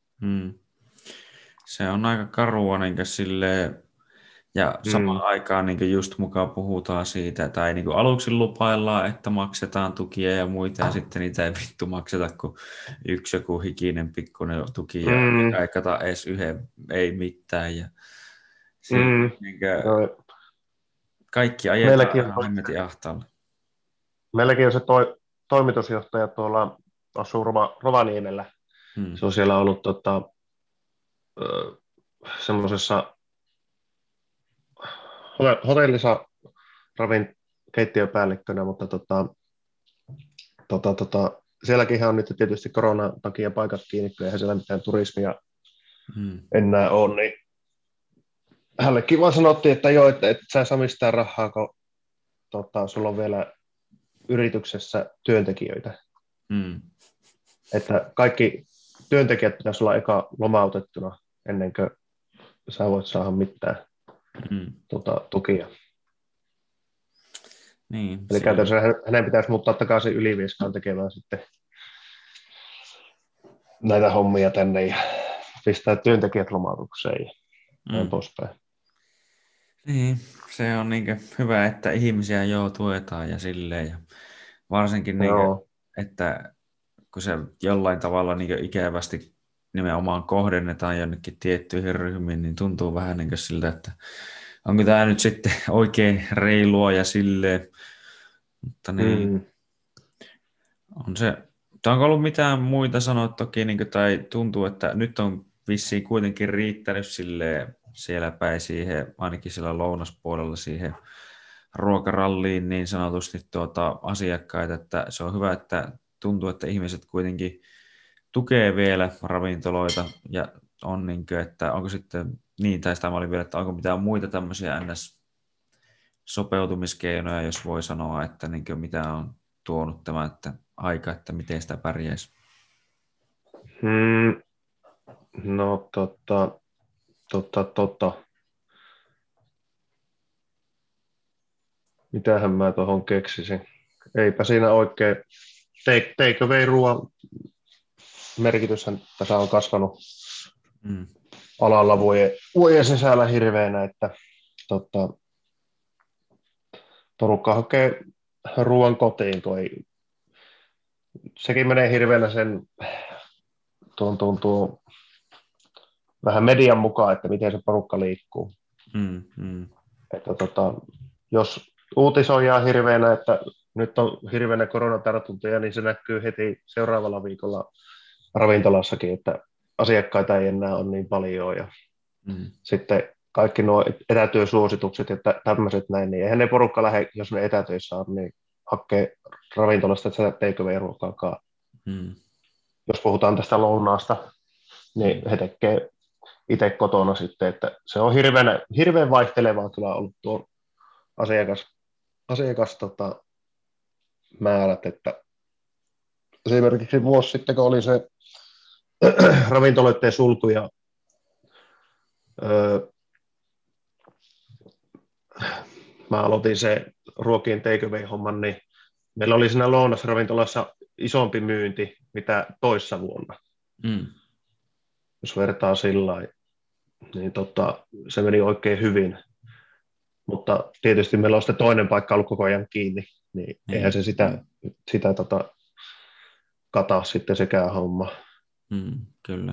Se on aika karua niin silleen, ja samaan aikaan niin just mukaan puhutaan siitä, tai niin aluksi lupaillaan, että maksetaan tukia ja muita, ja sitten niitä ei vittu makseta kuin yksi joku hikinen pikkuinen tuki, ja ei kata edes yhden, ei mitään. Ja niin kaikki ajetaan ihan hemmetin ahtaalle. Meilläkin on se toimitusjohtaja tuolla asuu Rovaniemellä. Se on siellä ollut semmoisessa hotellissa keittiöpäällikkönä, mutta sielläkin on nyt tietysti koronan takia paikat kiinni, kun eihän siellä mitään turismia enää ole, niin hänellekin vaan sanottiin, että joo, että et sä saa mistään rahaa, kun sulla on vielä yrityksessä työntekijöitä. Että kaikki työntekijät pitäisi olla eka lomautettuna ennen kuin sä voit saada mitään tukia. Niin, eli käytännössä hänen pitäisi muuttaa takaisin Ylivieskaan tekemään sitten näitä hommia tänne ja pistää työntekijät lomautukseen ja näin poispäin. Niin, se on niin hyvä, että ihmisiä tuetaan ja silleen. Ja varsinkin, niin kuin, että kun se jollain tavalla niin ikävästi nimenomaan kohdennetaan jonnekin tiettyihin ryhmiin, niin tuntuu vähän niin siltä, että onko tämä nyt sitten oikein reilua ja silleen. Mutta niin, on se. Onko ollut mitään muita sanoa toki, niin kuin, tai tuntuu, että nyt on vissiin kuitenkin riittänyt silleen, siellä päin siihen, ainakin siellä lounaspuolella siihen ruokaralliin niin sanotusti asiakkaita, että se on hyvä, että tuntuu, että ihmiset kuitenkin tukee vielä ravintoloita ja on niin kuin, että onko sitten niin, tai sitä mä olin vielä, että onko mitään muita tämmöisiä NS-sopeutumiskeinoja, jos voi sanoa, että niin kuin mitä on tuonut tämä että aika, että miten sitä pärjäisi? No mitähän mä tuohon keksisin. Eipä siinä oikein. Take away ruoan merkityshän tässä on kasvanut alalla vuoden sisällä hirveänä, että porukka hakee ruoan kotiin, kun ei. Sekin menee hirveänä sen tuon vähän median mukaan, että miten se porukka liikkuu. Että jos uutisoidaan hirveänä, että nyt on hirveänä koronatartuntoja, niin se näkyy heti seuraavalla viikolla ravintolassakin, että asiakkaita ei enää ole niin paljon. Ja sitten kaikki nuo etätyösuositukset ja tämmöiset näin, niin eihän ne porukka lähde, jos ne etätöissä on, niin hakee ravintolasta sitä take-away-ruokaakaan. Jos puhutaan tästä lounaasta, niin he tekee itse kotona sitten, että se on hirveän vaihtelevaa kyllä ollut tuo asiakas määrät, että esimerkiksi vuosi sitten, kun oli se ravintoloiden sulku ja öö, mä aloitin se ruokien takeaway-homman, niin meillä oli siinä lounasravintolassa isompi myynti mitä toissa vuonna. Jos vertaa sillä lailla, niin se meni oikein hyvin. Mutta tietysti meillä on sitten toinen paikka ollut koko ajan kiinni, niin eihän se sitä kata sitten sekään homma. Kyllä.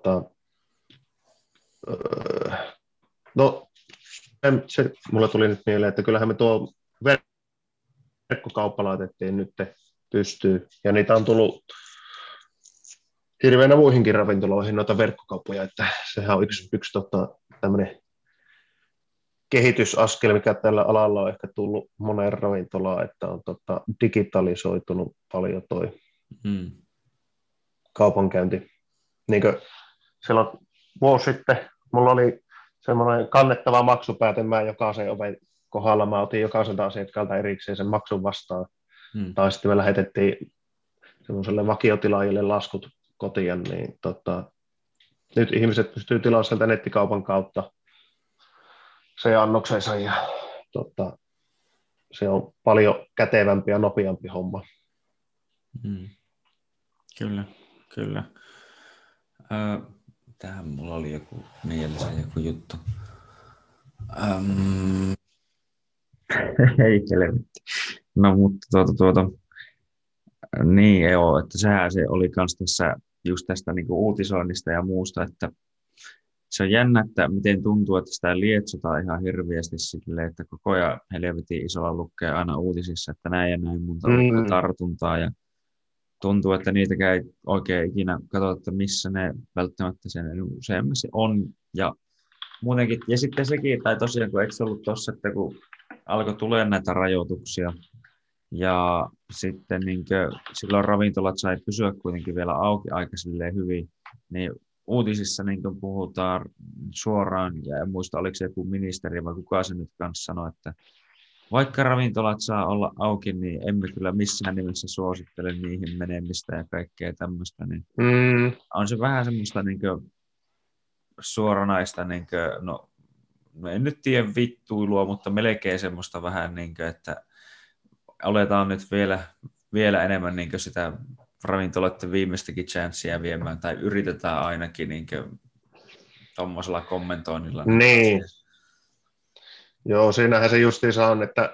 No, se mulle tuli nyt mieleen, että kyllähän me tuo verkkokauppa laitettiin nyt pystyy, ja niitä on tullut hirveänä muihinkin ravintoloihin noita verkkokauppoja, että sehän on yksi tämmöinen kehitysaskel, mikä tällä alalla on ehkä tullut moneen ravintolaan, että on digitalisoitunut paljon toi kaupankäynti. Niin kuin silloin vuosi sitten mulla oli semmoinen kannettava maksupäätelmä jokaisen oven kohdalla. Mä otin jokaiselta asiakkaalta erikseen sen maksun vastaan. Tai sitten me lähetettiin semmoiselle vakiotilaajille laskut kotiin, niin nyt ihmiset pystyy tilaamaan sieltä nettikaupan kautta se annoksensa ja se on paljon kätevämpi ja nopeampi homma. Kyllä. Tähän mulla oli joku mielessä joku juttu. Ei helvetti. No mutta niin joo, että sehän se oli kans tässä just tästä niinku uutisoinnista ja muusta, että se on jännä, että miten tuntuu, että sitä lietsotaan ihan hirveästi silleen, että koko ajan helvetin isolla lukee aina uutisissa, että näin ja näin monta tartuntaa ja tuntuu, että niitäkään ei oikein ikinä katsota, että missä ne välttämättä sen useammin se on ja muutenkin. Ja sitten sekin, tai tosiaan kun eikö se ollut tuossa, että kun alkoi tulee näitä rajoituksia ja sitten niin silloin ravintolat sai pysyä kuitenkin vielä auki aika silleen hyvin, niin uutisissa niin puhutaan suoraan, ja en muista oliko se joku ministeri vai kuka se nyt kanssa sanoi, että vaikka ravintolat saa olla auki, niin emme kyllä missään nimessä suosittele niihin menemistä ja kaikkea tämmöistä. Niin on se vähän semmoista niin suoranaista, niin kuin, no en nyt tiedä vittuilua, mutta melkein semmoista vähän, niin kuin, että aletaan nyt vielä enemmän niin sitä ravintoloiden viimeistäkin chanssiä viemään, tai yritetään ainakin niin tuommoisella kommentoinnilla. Niin. Joo, siinähän se justiinsa on, että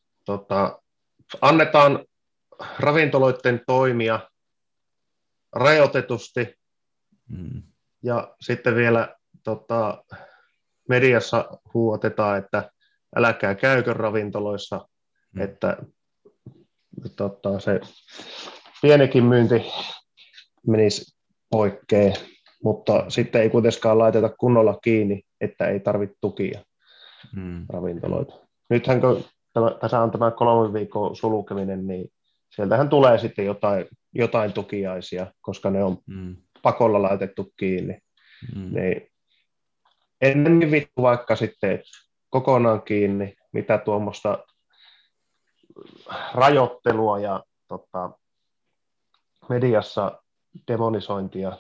annetaan ravintoloiden toimia rajoitetusti ja sitten vielä mediassa huuatetaan, että älkää käykö ravintoloissa, että se pienikin myynti menisi poikkeen, mutta sitten ei kuitenkaan laiteta kunnolla kiinni, että ei tarvitse tukia ravintoloita. Nythän kun tässä on tämä 3 viikon sulkeminen, niin sieltähän tulee sitten jotain tukiaisia, koska ne on pakolla laitettu kiinni. Niin ennemmin vittu vaikka sitten kokonaan kiinni, mitä tuommoista rajoittelua ja mediassa demonisointia,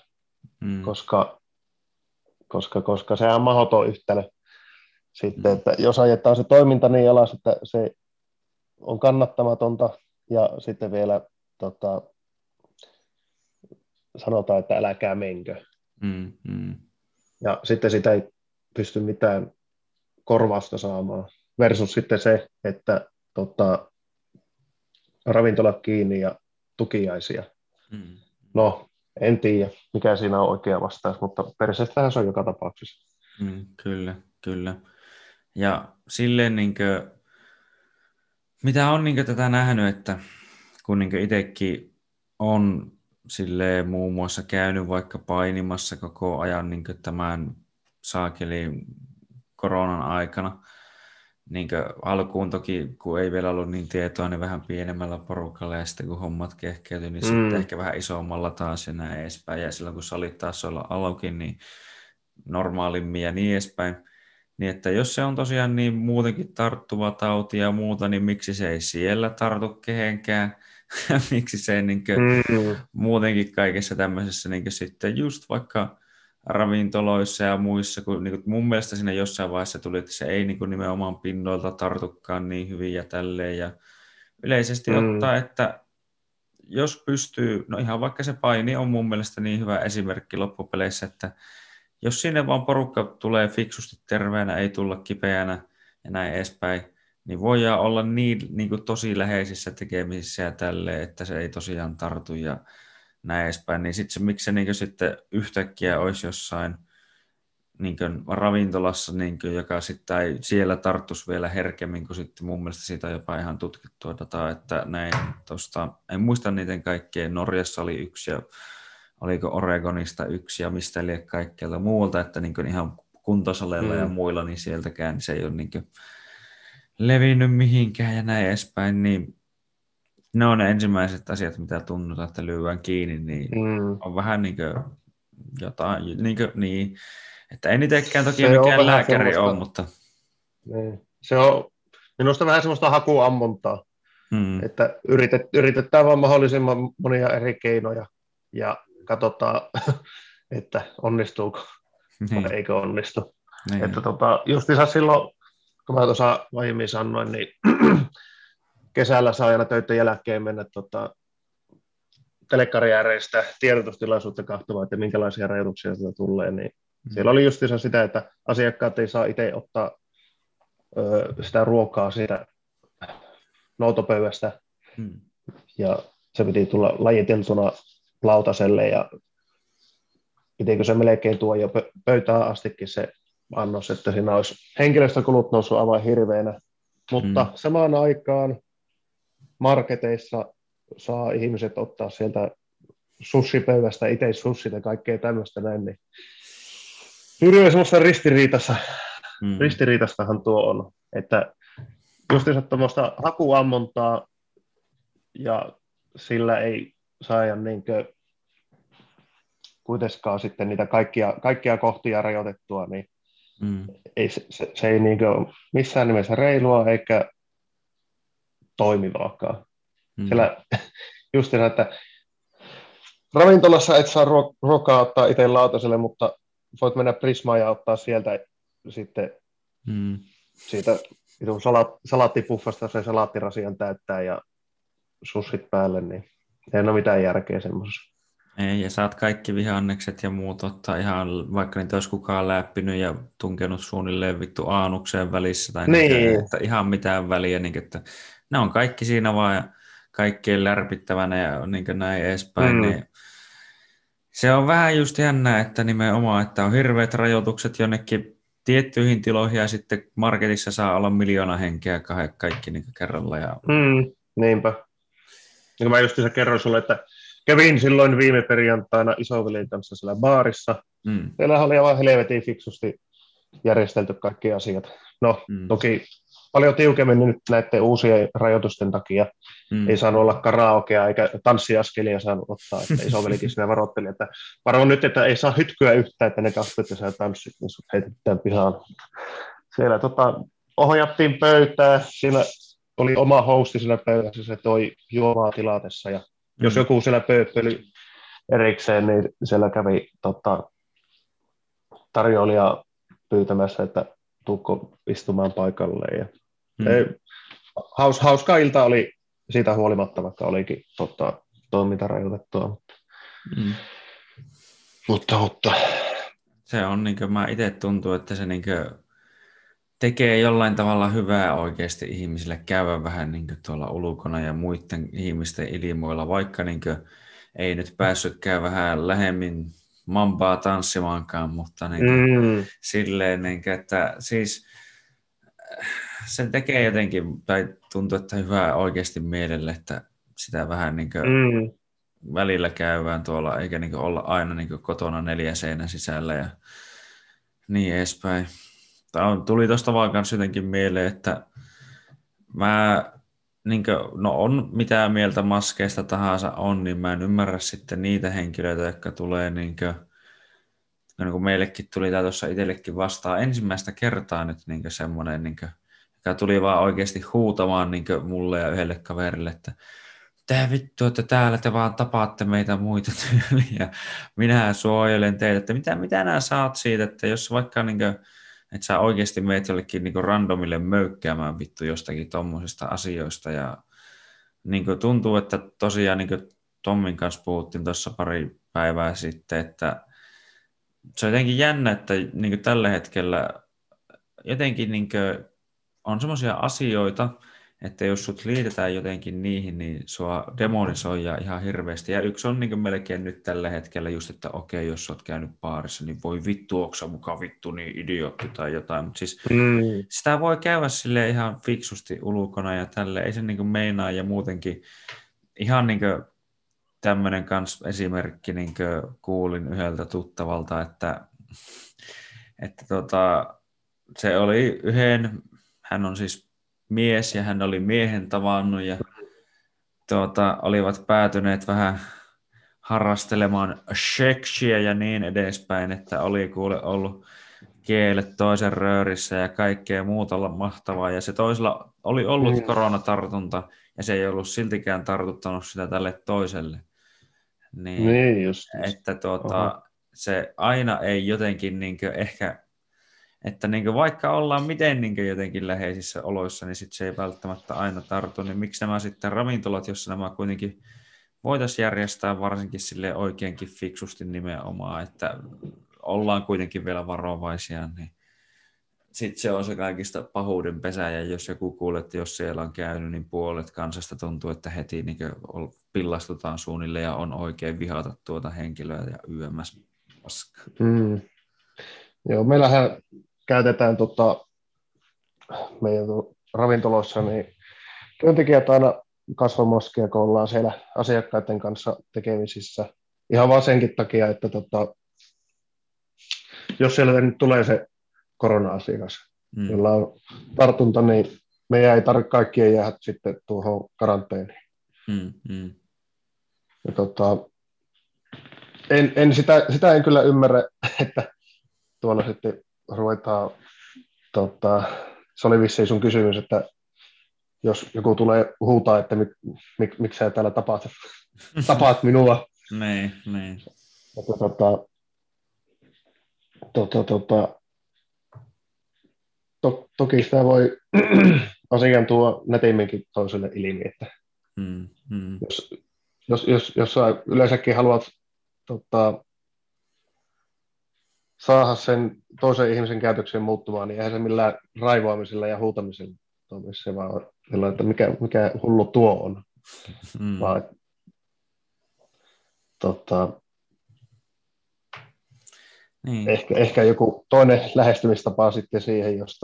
koska sehän on mahdoton yhtälö sitten, että jos ajetaan se toiminta niin alas, että se on kannattamatonta ja sitten vielä sanotaan, että äläkää menkö. Ja sitten sitä ei pysty mitään korvausta saamaan. Versus sitten se, että ravintolat kiinni ja tukiaisia. No, en tiedä, mikä siinä on oikea vastaus, mutta perseestähän se on joka tapauksessa. Kyllä. Ja silleen, mitä on tätä nähnyt, että kun itsekin on silleen muun muassa käynyt vaikka painimassa koko ajan tämän saakelin koronan aikana, alkuun toki, kun ei vielä ollut niin tietoa, niin vähän pienemmällä porukalla, ja sitten kun hommat kehkeytyi, niin sitten ehkä vähän isommalla taas ja näin edespäin. Ja silloin kun salit taas olla auki, niin normaalimmin ja niin edespäin. Niin että jos se on tosiaan niin muutenkin tarttuva tauti ja muuta, niin miksi se ei siellä tartu kehenkään? Miksi se ei niin Mm, muutenkin kaikessa tämmöisessä niin sitten just vaikka ravintoloissa ja muissa, kun niin mun mielestä siinä jossain vaiheessa tuli, että se ei niin nimenomaan pinnoilta tartukaan niin hyvin ja tälleen. Ja yleisesti mm, ottaa, että jos pystyy, no ihan vaikka se paini on mun mielestä niin hyvä esimerkki loppupeleissä, että jos sinne vaan porukka tulee fiksusti terveenä, ei tulla kipeänä ja näin edespäin, niin voidaan olla niin kuin tosi läheisissä tekemisissä ja tälleen, että se ei tosiaan tartu ja näin edespäin, niin sitten se, miksi se niin sitten yhtäkkiä olisi jossain niin kuin ravintolassa, niin kuin, joka sitten ei siellä tarttuisi vielä herkemmin, kun sitten mun mielestä siitä on jopa ihan tutkittua dataa, että näin tuosta, en muista niiden kaikkien, Norjassa oli yksi ja oliko Oregonista yksi ja mistä liian kaikkialta muualta, että niin kuin ihan kuntosaleilla ja mm, muilla, niin sieltäkään se ei ole niin kuin levinnyt mihinkään ja näin edespäin, niin ne on ne ensimmäiset asiat, mitä tunnutaan, että lyödään kiinni, niin mm. on vähän niin kuin jotain, niin, että en itsekään toki Se on mikään vähän lääkäri ole, semmoista, mutta niin. Se on minusta vähän semmoista hakuammuntaa, hmm, että yritetään vaan mahdollisimman monia eri keinoja ja katsotaan, että onnistuuko vai niin, eikö onnistu. Että niin, justiinsa silloin, kun mä tuossa aiemmin sanoin, niin kesällä saa aina töiden jälkeen mennä telekkarijärjestä tiedotustilaisuutta katsomaan, että minkälaisia rajoituksia sieltä tulee, niin hmm, siellä oli justiinsa sitä, että asiakkaat ei saa itse ottaa sitä ruokaa siitä noutopöydästä, hmm, ja se piti tulla lajiteltuna lautaselle, ja pitikö se melkein tuo jo pöytään astikin se annos, että siinä olisi henkilöstökulut noussut aivan hirveänä. Mutta hmm, samaan aikaan marketeissa saa ihmiset ottaa sieltä sushipöydästä itse sushit ja kaikkea tämmöistä näin, niin hirveän semmoista hmm, ristiriitastahan tuo on, että justiinsa tuommoista hakuammontaa ja sillä ei saa niinkö kuitenkaan sitten niitä kaikkia kohtia rajoitettua, niin hmm, ei, se ei niinkö ole missään nimessä reilua eikä toimivaakaan. hmm, Siellä justiinsa, että ravintolassa et saa ruokaa ottaa itse lautaselle, mutta voit mennä Prismaan ja ottaa sieltä sitten hmm. siitä salaattipuffasta se salaattirasian täyttää ja sussit päälle, niin ei ole mitään järkeä semmoisessa. Ei, ja saat kaikki vihannekset ja muut ottaa ihan, vaikka niitä olisi kukaan läppinyt ja tunkenut suunnilleen vittu aanukseen välissä, tai niin kuin, Niin, että ihan mitään väliä, niin kuin, että ne on kaikki siinä vaan ja kaikkien lärpittävänä ja niin kuin näin edespäin, mm, niin se on vähän just jännä, että nimenomaan, että on hirveät rajoitukset jonnekin tiettyihin tiloihin ja sitten marketissa saa olla 1 000 000 henkeä kaikki niin kerralla. Ja... niinpä. Niin kuin mä just kerroin sulle, että kävin silloin viime perjantaina isoveljen kanssa siellä baarissa. Mm, Siellä oli aivan helvetin fiksusti järjestelty kaikki asiat. No, mm, toki paljon tiukemmin nyt näiden uusien rajoitusten takia. Ei mm. saanut olla karaokea eikä tanssiaskelia saanut ottaa. Että isovelikin siinä varoitteli, että varo nyt, että ei saa hytkyä yhtään, että ne kasvit ja sä tanssit, niin sut heitetään pihaan. Siellä ohjattiin pöytää, siellä oli oma hosti siinä pöydässä, se toi juomaa tilatessa, ja jos Mm, joku siellä pööppeli erikseen, niin siellä kävi tarjoilija pyytämässä, että tuukko istumaan paikalle. Ja, ei, mm, hauska ilta oli siitä huolimatta, vaikka olikin toiminta rajoitettua. mm. Mutta. Se on, niin kuin mä itse tuntuu, että se niin kuin tekee jollain tavalla hyvää oikeasti ihmisille käydä vähän niin kuin tuolla ulkona ja muiden ihmisten ilmoilla, vaikka niin kuin ei nyt päässytkään vähän lähemmin mambaa tanssimaankaan, mutta niin kuin Mm, silleen, niin kuin, että siis se tekee jotenkin, tai tuntuu, että hyvää oikeasti mielelle, että sitä vähän niin kuin mm, välillä käydään tuolla, eikä niin kuin olla aina niin kuin kotona 4 seinän sisällä ja niin edespäin. Tuli tuosta vaan kanssa jotenkin mieleen, että mä, niin kuin, no on mitä mieltä maskeista tahansa on, niin mä en ymmärrä sitten niitä henkilöitä, jotka tulee niin kuin niin kuin meillekin tuli tämä tuossa itsellekin vastaan ensimmäistä kertaa nyt niin semmoinen, niin kuin, joka tuli vaan oikeasti huutamaan niin mulle ja yhdelle kaverille, että tää vittu, että täällä te vaan tapaatte meitä muita tyyliä. Minä suojelen teitä, että mitä nää saat siitä, että jos vaikka niin kuin, että sä oikeasti meet jollekin niin randomille möykkäämään vittu jostakin tommosista asioista ja niin kuin tuntuu, että tosiaan niin kuin Tommin kanssa puhuttiin tuossa pari päivää sitten, että se on jotenkin jännä, että niin kuin tällä hetkellä jotenkin niin kuin on semmoisia asioita, että jos sut liitetään jotenkin niihin, niin sua demonisoidaan ihan hirveästi. Ja yksi on niin kuin melkein nyt tällä hetkellä just, että okei, jos sä oot käynyt baarissa, niin voi vittu, onko sä muka vittu niin idiootti tai jotain. Mutta siis sitä voi käydä sille ihan fiksusti ulkona ja tälle. Ei se niin kuin meinaa ja muutenkin ihan niin kuin tämmöinen kans esimerkki niin kuin kuulin yhdeltä tuttavalta, että se oli hän on siis mies ja hän oli miehen tavannut ja olivat päätyneet vähän harrastelemaan seksiä ja niin edespäin, että oli kuule ollut kielet toisen röörissä ja kaikkea muuta mahtavaa ja se toisella oli ollut koronatartunta ja se ei ollut siltikään tartuttanut sitä tälle toiselle. Niin just. Että se aina ei jotenkin niinkö ehkä, että niinkö vaikka ollaan miten niinkö jotenkin läheisissä oloissa, niin sit se ei välttämättä aina tartu, niin miksi nämä sitten ravintolat, jossa nämä kuitenkin voitaisiin järjestää varsinkin sille oikeinkin fiksusti nimenomaan, että ollaan kuitenkin vielä varovaisia, niin sitten se on se kaikista pahuuden pesä, ja jos joku kuulee, että jos siellä on käynyt, niin puolet kansasta tuntuu, että heti niin pillastutaan suunnilleen ja on oikein vihata tuota henkilöä ja YMS paskaa. Joo, meillähän käytetään meidän ravintoloissa niin työntekijät aina kasvomaskia, kun ollaan siellä asiakkaiden kanssa tekemisissä. Ihan vaan senkin takia, että jos siellä nyt tulee se korona-asiakas, jolla on tartunta, niin meidän ei tarvitse kaikkien jäädä sitten tuohon karanteeniin. Ja sitä en kyllä ymmärrä, että tuolla sitten ruvetaan, se oli vissiin sun kysymys, että jos joku tulee huutaa, että miksi sä täällä tapaat minua. Niin. Toki sitä voi asian tuo nätimminkin toiselle ilmi, että jos sä yleensäkin haluat saada sen toisen ihmisen käytöksen muuttumaan, niin eihän se millään raivoamisella ja huutamisella toimi, se vaan että mikä hullu tuo on. Vaan, niin. Ehkä joku toinen lähestymistapa sitten siihen, jos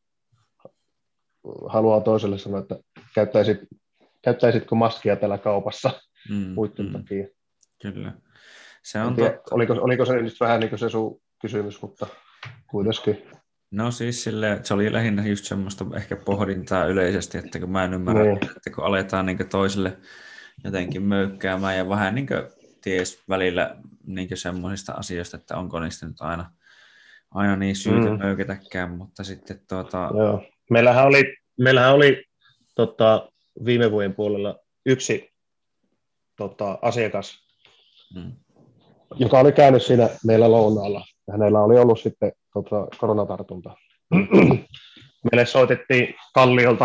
haluaa toiselle sanoa, että käyttäisitkö maskia täällä kaupassa muiden takia. Kyllä. Se on totta. Oliko se nyt vähän niin kuin se sun kysymys, mutta kuitenkin. No siis se oli lähinnä just semmoista ehkä pohdintaa yleisesti, että kun mä en ymmärrä, että kun aletaan niin toiselle jotenkin möykkäämään ja vähän niin ties välillä niin semmoisista asioista, että onko niistä nyt aina niin syytä möykätäkään, mutta sitten Joo. Meillähän oli viime vuoden puolella yksi asiakas, joka oli käynyt siinä meillä lounaalla. Ja hänellä oli ollut sitten koronatartunta. Meille soitettiin Kalliolta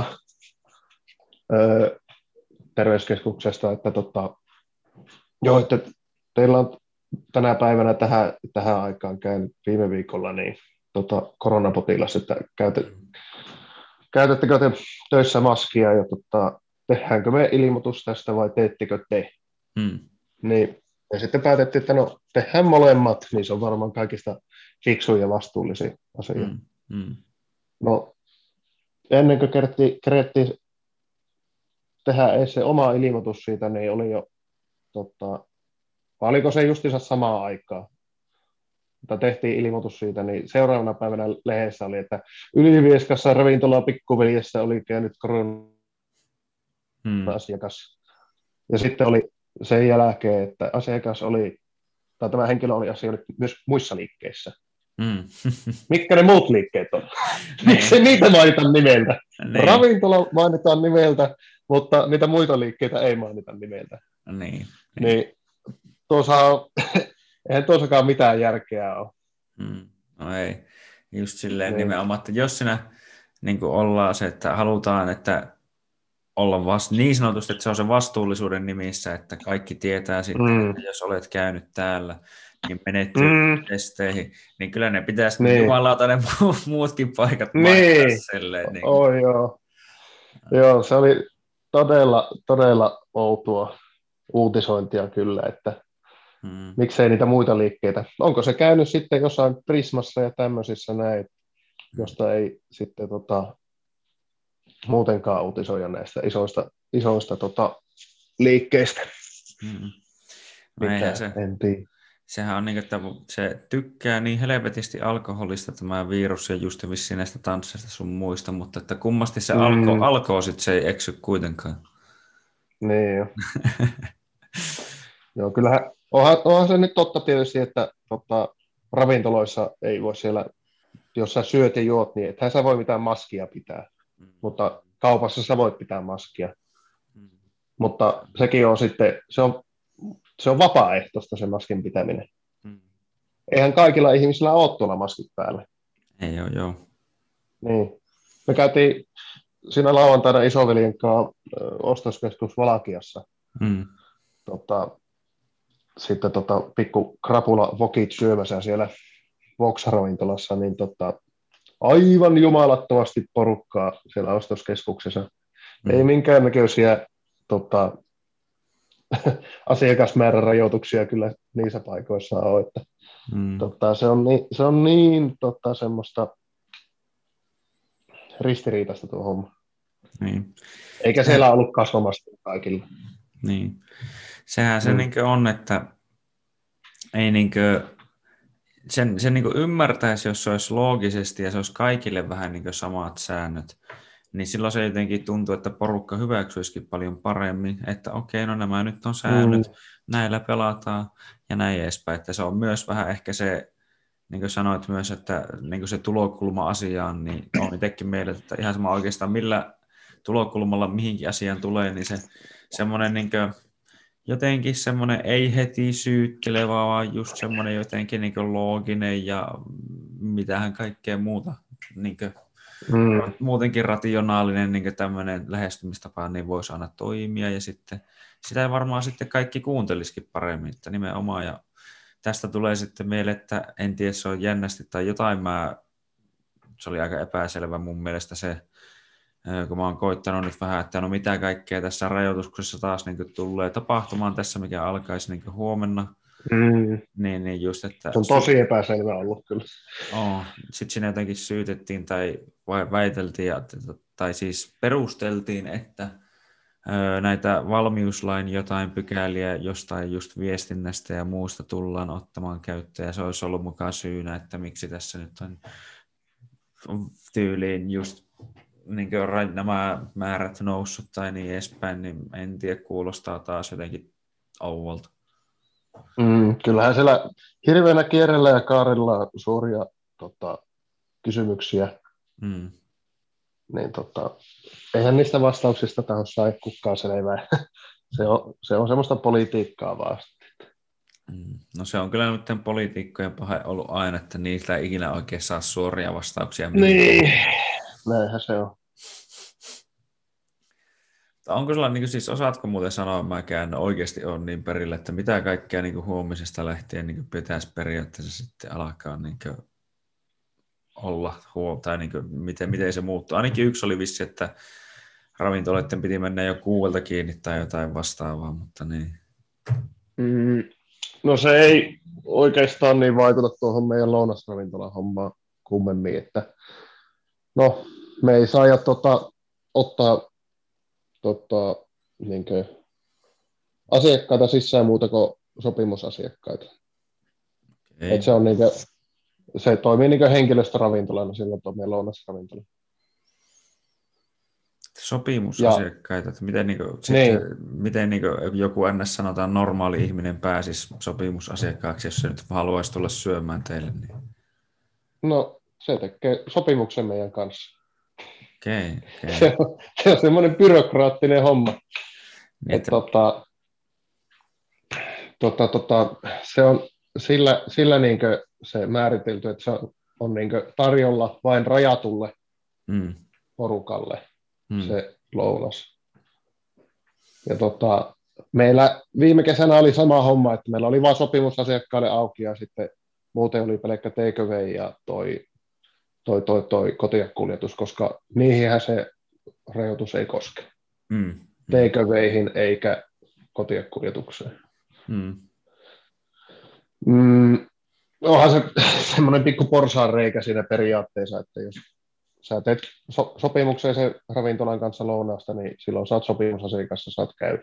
terveyskeskuksesta, että että teillä on tänä päivänä tähän aikaan käynyt viime viikolla niin koronapotilas, että käytättekö te töissä maskia ja tehdäänkö me ilmoitus tästä vai teettekö te? Niin, ja sitten päätettiin, että no tehdään molemmat, niin se on varmaan kaikista fiksuja ja vastuullisia asioita. No, ennen kuin kerettiin tehdä edes se oma ilmoitus siitä, niin oli jo, oliko se justiinsa samaa aikaa, mutta tehtiin ilmoitus siitä, niin seuraavana päivänä lehdessä oli, että Ylivieskassa ravintola Pikkuveljessä oli käynyt korona-asiakas. Ja sitten oli sen jälkeen, että asiakas oli tai tämä henkilö oli asioinut myös muissa liikkeissä. Mm. Mitkä ne muut liikkeet on? Niin. Miksi niitä mainitaan nimeltä? Niin. Ravintola mainitaan nimeltä, mutta niitä muita liikkeitä ei mainita nimeltä. Niin. Tuossa on, eihän tuossakaan mitään järkeä ole. No ei, just silleen nimenomaan, että jos siinä niin kuin ollaan se, että halutaan, että olla niin sanotusti, että se on se vastuullisuuden nimissä, että kaikki tietää sitten, että jos olet käynyt täällä, niin menet testeihin, niin kyllä ne pitäisi jumalauta ne muutkin paikat mainita silleen. Niin. Joo, se oli todella outoa uutisointia kyllä, että miksei niitä muita liikkeitä. Onko se käynyt sitten jossain Prismassa ja tämmöisissä näin, josta ei sitten muutenkaan uutisoida näistä isoista liikkeistä. Mitä, en tiedä. Sehän on niin, että se tykkää niin helvetisti alkoholista tämä virus ja just vissiin näistä tansseista sun muista, mutta että kummasti se alkoo sitten se ei eksy kuitenkaan. Niin jo. Joo, kyllähän onhan se nyt totta tietysti, että ravintoloissa ei voi siellä, jos sä syöt ja juot, niin ethän sä voi mitään maskia pitää, mutta kaupassa sä voit pitää maskia. Mutta sekin on sitten, se on vapaaehtoista se maskin pitäminen. Eihän kaikilla ihmisillä ole tuolla maskit päällä. Ei ole, joo. Niin. Me käytiin siinä lauantaina isoveljen kanssa ostoskeskus Valakiassa. Sitten pikku krapula vokit syömässä siellä Vox-ravintolassa, niin aivan jumalattomasti porukkaa siellä ostoskeskuksessa. Ei minkäännäköisiä asiakasmäärän rajoituksia kyllä niissä paikoissa ole. Että, se on niin semmoista ristiriitaista tuo homma. Niin. Eikä siellä ollut kasvamasta kaikilla. Niin. Sehän se on, että ei sen ymmärtäisi, jos se olisi loogisesti ja se olisi kaikille vähän samat säännöt, niin silloin se jotenkin tuntuu, että porukka hyväksyisikin paljon paremmin, että okei, no nämä nyt on säännöt, näillä pelataan ja näin edespäin. Että se on myös vähän ehkä se, niin kuin sanoit myös, että niin se tulokulma asiaan, niin on itsekin meille, että ihan sama oikeastaan millä tulokulmalla mihinkin asiaan tulee, niin se semmoinen jotenkin semmoinen ei heti syyttelevä, vaan just semmoinen jotenkin looginen ja mitähän kaikkea muuta muutenkin rationaalinen tämmöinen lähestymistapa niin voisi aina toimia ja sitten sitä varmaan sitten kaikki kuuntelisikin paremmin, että nimenomaan ja tästä tulee sitten meille, että en tiedä se on jännästi tai jotain se oli aika epäselvä mun mielestä se, kun mä oon koittanut nyt vähän, että no mitä kaikkea tässä rajoituksessa taas tulee tapahtumaan tässä, mikä alkaisi huomenna. Niin just, että se on tosi epäselvä ollut kyllä. Sitten siinä jotenkin syytettiin tai väiteltiin, tai siis perusteltiin, että näitä valmiuslain jotain pykäliä jostain just viestinnästä ja muusta tullaan ottamaan käyttöön, ja se olisi ollut mukaan syynä, että miksi tässä nyt on tyyliin just nämä määrät noussut tai niin edespäin, niin en tiedä, kuulostaa taas jotenkin ouvolta. Kyllähän siellä hirveänä kierrellä ja kaarella suuria kysymyksiä. Niin, eihän niistä vastauksista taho sai kukaan selvää. se on semmoista politiikkaa vaan. No se on kyllä nyt poliitikkojen pahe ollut aina, että niistä ei ikinä oikein saa suoria vastauksia. Niin, näinhän se on. Onko sulla, siis osaatko muuten sanoa, mäkään oikeasti on niin perillä, että mitä kaikkea huomisesta lähtien pitäisi periaatteessa sitten alkaa olla tai miten se muuttuu. Ainakin yksi oli vissi, että ravintoloiden piti mennä jo 6 kiinni tai jotain vastaavaa, mutta niin. No se ei oikeastaan niin vaikuta tuohon meidän lounasravintolan hommaan kummemmin, että no me ei saa ottaa asiakkaita sisään muuta kuin sopimusasiakkaita. Okay. Se on se toimii henkilöstöravintolana silloin tuo meidän lounasravintola. Ja sopimusasiakkaita, että miten, sitten, niin, miten joku ns. Sanotaan normaali ihminen pääsisi sopimusasiakkaaksi, jos se nyt haluaisi tulla syömään teille. Niin. no se tekee sopimuksen meidän kanssa. Okei, okei. Se on semmoinen byrokraattinen homma. Niin, Että että, se on sillä niinkö se määritelty, että se on niinkö tarjolla vain rajatulle mm, porukalle mm, se lounas. Ja meillä viime kesänä oli sama homma, että meillä oli vain sopimusasiakkaille auki ja sitten muuten oli pelkkä take away ja toi kotiakuljetus, koska niihinhän se rajoitus ei koske. mm, mm, Take awayhin eikä kotiakuljetukseen. mm, Onhan se semmoinen pikku porsaanreikä siinä periaatteessa, että jos sä teet sopimukseen sen ravintolan kanssa lounasta, niin silloin saat sopimusasiakassa, saat käydä.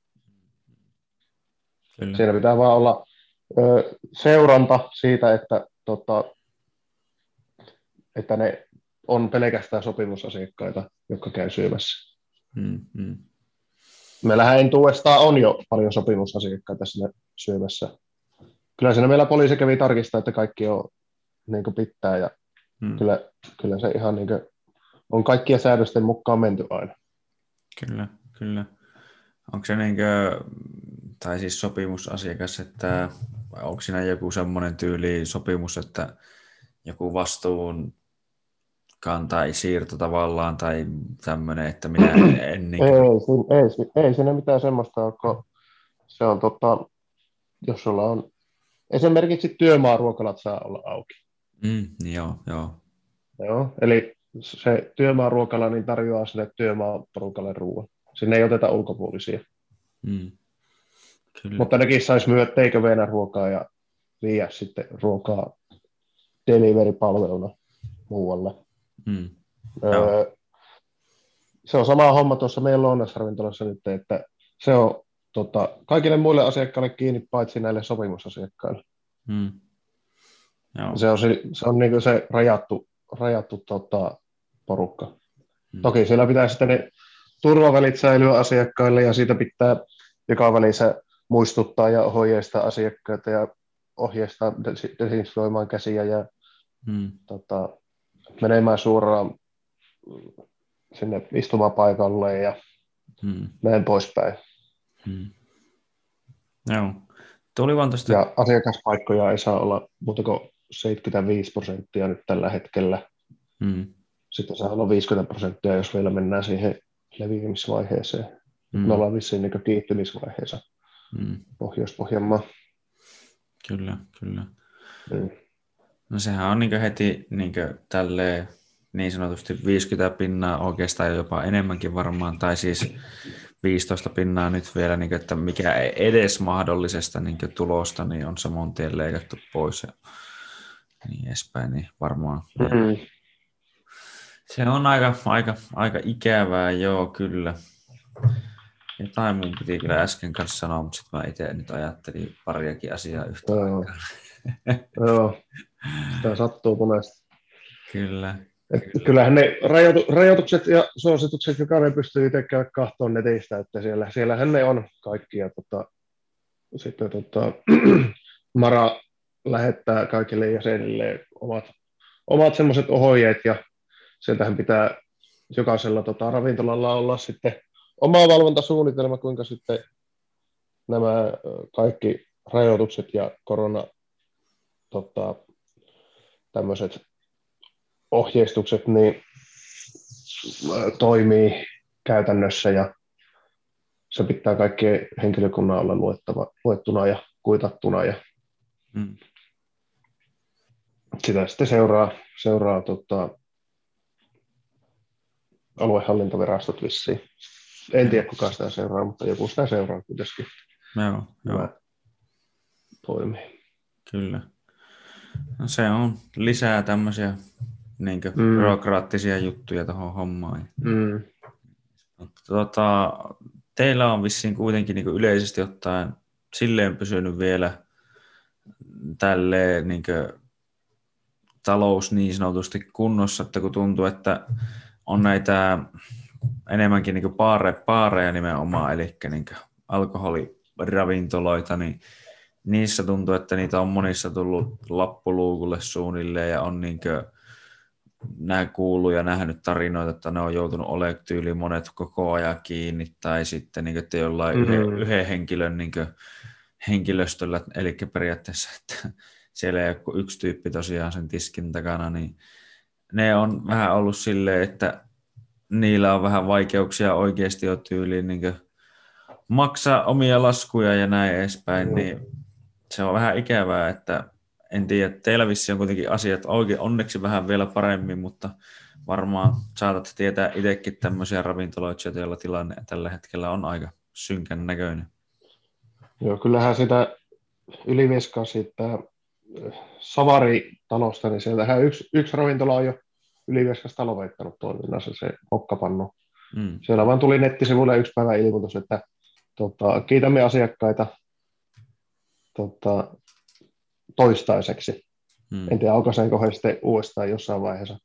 kyllä. Siinä pitää vaan olla seuranta siitä, että ne on pelkästään sopimusasiakkaita, jotka käy syömässä. Mm, mm, Meillähän entuudestaan on jo paljon sopimusasiakkaita siinä syömässä. Kyllä siinä meillä poliisi kävi tarkistaa, että kaikki on niin kuin pitää ja mm, kyllä se ihan niin kuin on kaikkien säädösten mukaan menty aina. kyllä, kyllä. Onko se tai siis sopimusasiakas, että onko siinä joku semmoinen tyyli sopimus, että joku vastuun kantaa siirto tavallaan tai tämmöinen, että minä en Ei siinä mitään semmoista ole, kun se on jos sulla on esimerkiksi työmaaruokalat saa olla auki. Joo, joo. Joo, eli se työmaaruokala niin tarjoaa sille työmaaporukalle ruoan. Sinne ei oteta ulkopuolisia. Mm, kyllä. Mutta nekin saisi myydä take-awayna ruokaa ja viedä sitten ruokaa delivery-palveluna muualle. Joo. Se on sama homma tuossa meidän lounasravintolassa nyt, että se on kaikille muille asiakkaille kiinni, paitsi näille sopimusasiakkaille. Joo. Se on niin kuin se rajattu porukka. Toki siellä pitää sitten ne turvavälit säilyä asiakkaille ja siitä pitää joka välissä muistuttaa ja ohjeistaa asiakkaita ja ohjeistaa desinfioimaan käsiä ja menemään suoraan sinne istumapaikalle ja näin poispäin. Joo. Tuli vaan tosta... Ja asiakaspaikkoja ei saa olla muuta kuin 75% nyt tällä hetkellä. Sitten saa olla 50%, jos vielä mennään siihen leviämisvaiheeseen. Me ollaan vissiin niin kiihtymisvaiheessa Pohjois-Pohjanmaa. Kyllä. No sehän on heti tälleen niin sanotusti 50% oikeastaan jopa enemmänkin varmaan, tai siis 15% nyt vielä, että mikä edes mahdollisesta tulosta niin on saman tien leikattu pois ja niin edespäin, niin varmaan. Se on aika ikävää, joo, kyllä. Jotain mun piti kyllä äsken kanssa sanoa, mutta sitten mä itse nyt ajattelin pariakin asiaa yhtä aikaa. Joo, sitä sattuu monesti. Kyllä. Kyllähän ne rajoitukset ja suositukset, jokainen pystyy itse käydä kahtoon netistä, että siellähän ne on kaikki. Ja sitten Mara lähettää kaikille jäsenille omat semmoiset ohjeet ja sieltähän pitää jokaisella ravintolalla olla sitten oma valvontasuunnitelma, kuinka sitten nämä kaikki rajoitukset ja korona tämmöiset ohjeistukset niin toimii käytännössä ja se pitää kaikkien henkilökunnan olla luettuna ja kuitattuna ja sitä sitten seuraa aluehallintovirastot vissiin. En tiedä kuka sitä seuraa, mutta joku sitä seuraa kuitenkin. Joo. Toimii. Kyllä. No se on lisää tämmöisiä byrokraattisia juttuja tuohon hommaan. Teillä on vissiin kuitenkin yleisesti ottaen silleen pysynyt vielä tälleen talous niin sanotusti kunnossa, että kun tuntuu, että on näitä enemmänkin niin baareja nimenomaan, eli niin alkoholiravintoloita, niin niissä tuntuu, että niitä on monissa tullut lappuluukulle suunnilleen ja on niin kuullut ja nähnyt tarinoita, että ne on joutunut olemaan tyyli monet koko ajan kiinni tai sitten niin että jollain yhden henkilön henkilöstöllä, eli periaatteessa, että siellä ei ole yksi tyyppi tosiaan sen tiskin takana, niin ne on vähän ollut silleen, että niillä on vähän vaikeuksia oikeasti jo tyyliin niin maksaa omia laskuja ja näin edespäin, niin se on vähän ikävää, että en tiedä, teillä vissi on kuitenkin asiat oikein onneksi vähän vielä paremmin, mutta varmaan saatat tietää itsekin tämmöisiä ravintoloita, joilla tilanne tällä hetkellä on aika synkän näköinen. Joo, kyllähän sitä Ylivieskaa siitä Savari-talosta, niin sieltähän yksi ravintola on jo Ylivieskasta lopettanut toiminnassa, se Hokkapannu. Siellä vaan tuli nettisivuille yksi päivä ilmoitus, että kiitämme asiakkaita toistaiseksi. En tiedä, aukaisenko he sitten uudestaan jossain vaiheessa.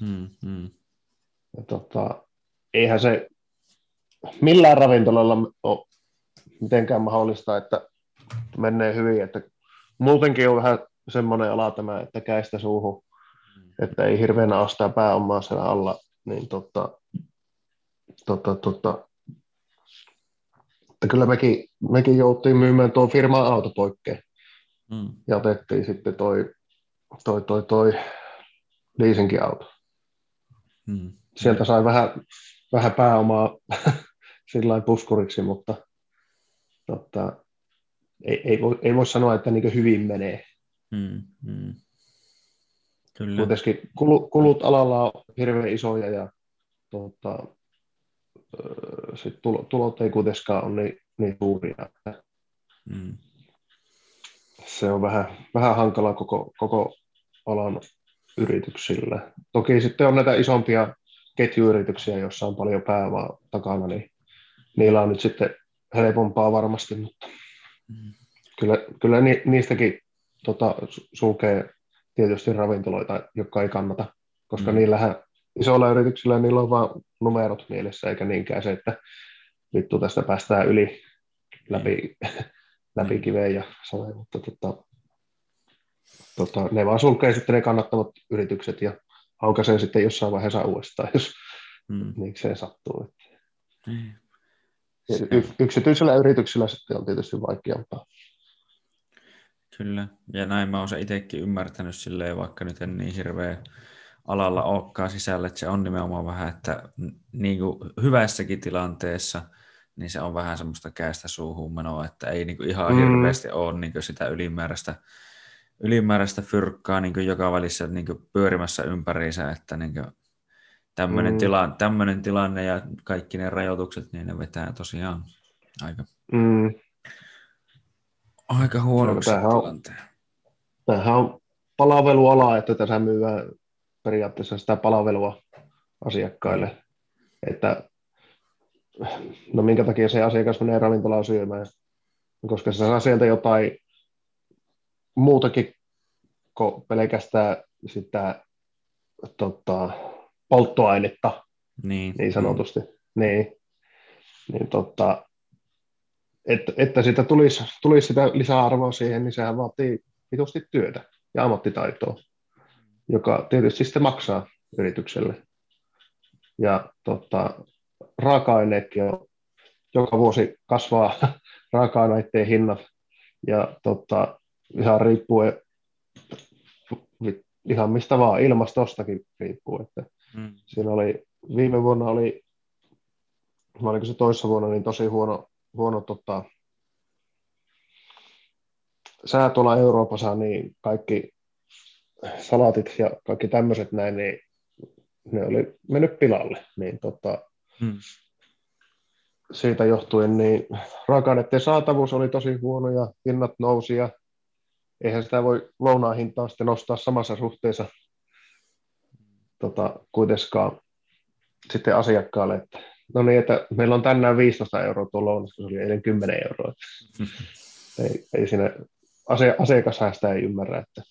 Ja eihän se millään ravintolalla ole mitenkään mahdollista, että menee hyvin, että muutenkin on vähän semmoinen ala tämä, että käistä suuhun, että ei hirveänä ole sitä pääomaa siellä alla, niin että kyllä mekin jouttiin myymään tuon firman auto poikkeen ja otettiin sitten toi leasingin auto. Sieltä sai vähän pääomaa sillain puskuriksi, mutta ei voi sanoa, että niin hyvin menee. Kyllä. Kuitenkin kulut alalla on hirveän isoja ja sit tulot ei kuitenkaan ole niin suuria. Se on vähän hankala koko alan yrityksillä. Toki sitten on näitä isompia ketjuyrityksiä, joissa on paljon pääomaa takana, niin niillä on nyt sitten helpompaa varmasti, mutta kyllä niistäkin sulkee tietysti ravintoloita, jotka ei kannata, koska niillähän isoilla yrityksillä niillä on vaan numerot mielessä, eikä niinkään se, että vittu tästä päästään läpi kiveen ja saveen, mutta ne vaan sulkee sitten ne kannattavat yritykset ja aukaisee sitten jossain vaiheessa uudestaan, jos niikseen sattuu. Yksityisellä yrityksellä sitten on tietysti vaikeampaa. Kyllä, ja näin mä oon se itsekin ymmärtänyt silleen, vaikka nyt en niin hirveä alalla olekaan sisällä, että se on nimenomaan vähän, että niin kuin hyvässäkin tilanteessa, niin se on vähän semmoista käestä suuhun menoa, että ei niin kuin ihan hirveästi ole niin kuin sitä ylimääräistä fyrkkaa niin kuin joka välissä niin kuin pyörimässä ympäriinsä, että niin kuin tämmöinen tilanne ja kaikki ne rajoitukset, niin ne vetää tosiaan aika huonoksi tilanteen. Tämähän on palveluala, että tässä myydään periaatteessa sitä palvelua asiakkaille, että no minkä takia se asiakas menee ravintolaan syömään, koska se saa sieltä jotain muutakin kuin pelkästään sitä polttoainetta, niin sanotusti. Niin, että siitä tulisi sitä lisäarvoa siihen, niin sehän vaatii vitusti työtä ja ammattitaitoa, joka tietysti sitten maksaa yritykselle. Ja raaka-aineetkin on, joka vuosi kasvaa raaka-aineiden hinnat ja ihan riippuen ihan mistä vaan, ilmastostakin riippuu. Että siinä oli, viime vuonna oliko se toissa vuonna, niin tosi huono sää tuolla Euroopassa, niin kaikki salaatit ja kaikki tämmöiset näin, niin ne oli mennyt pilalle. Niin siitä johtuen niin raaka-aineiden saatavuus oli tosi huono ja hinnat nousi ja eihän sitä voi lounaan hintaa sitten nostaa samassa suhteessa kuitenkaan sitten asiakkaalle, että no niin, että meillä on tänään 15 euroa tuo lounas, kun se oli eilen 10 euroa. Ei siinä asiakashan sitä ei ymmärrä. Että.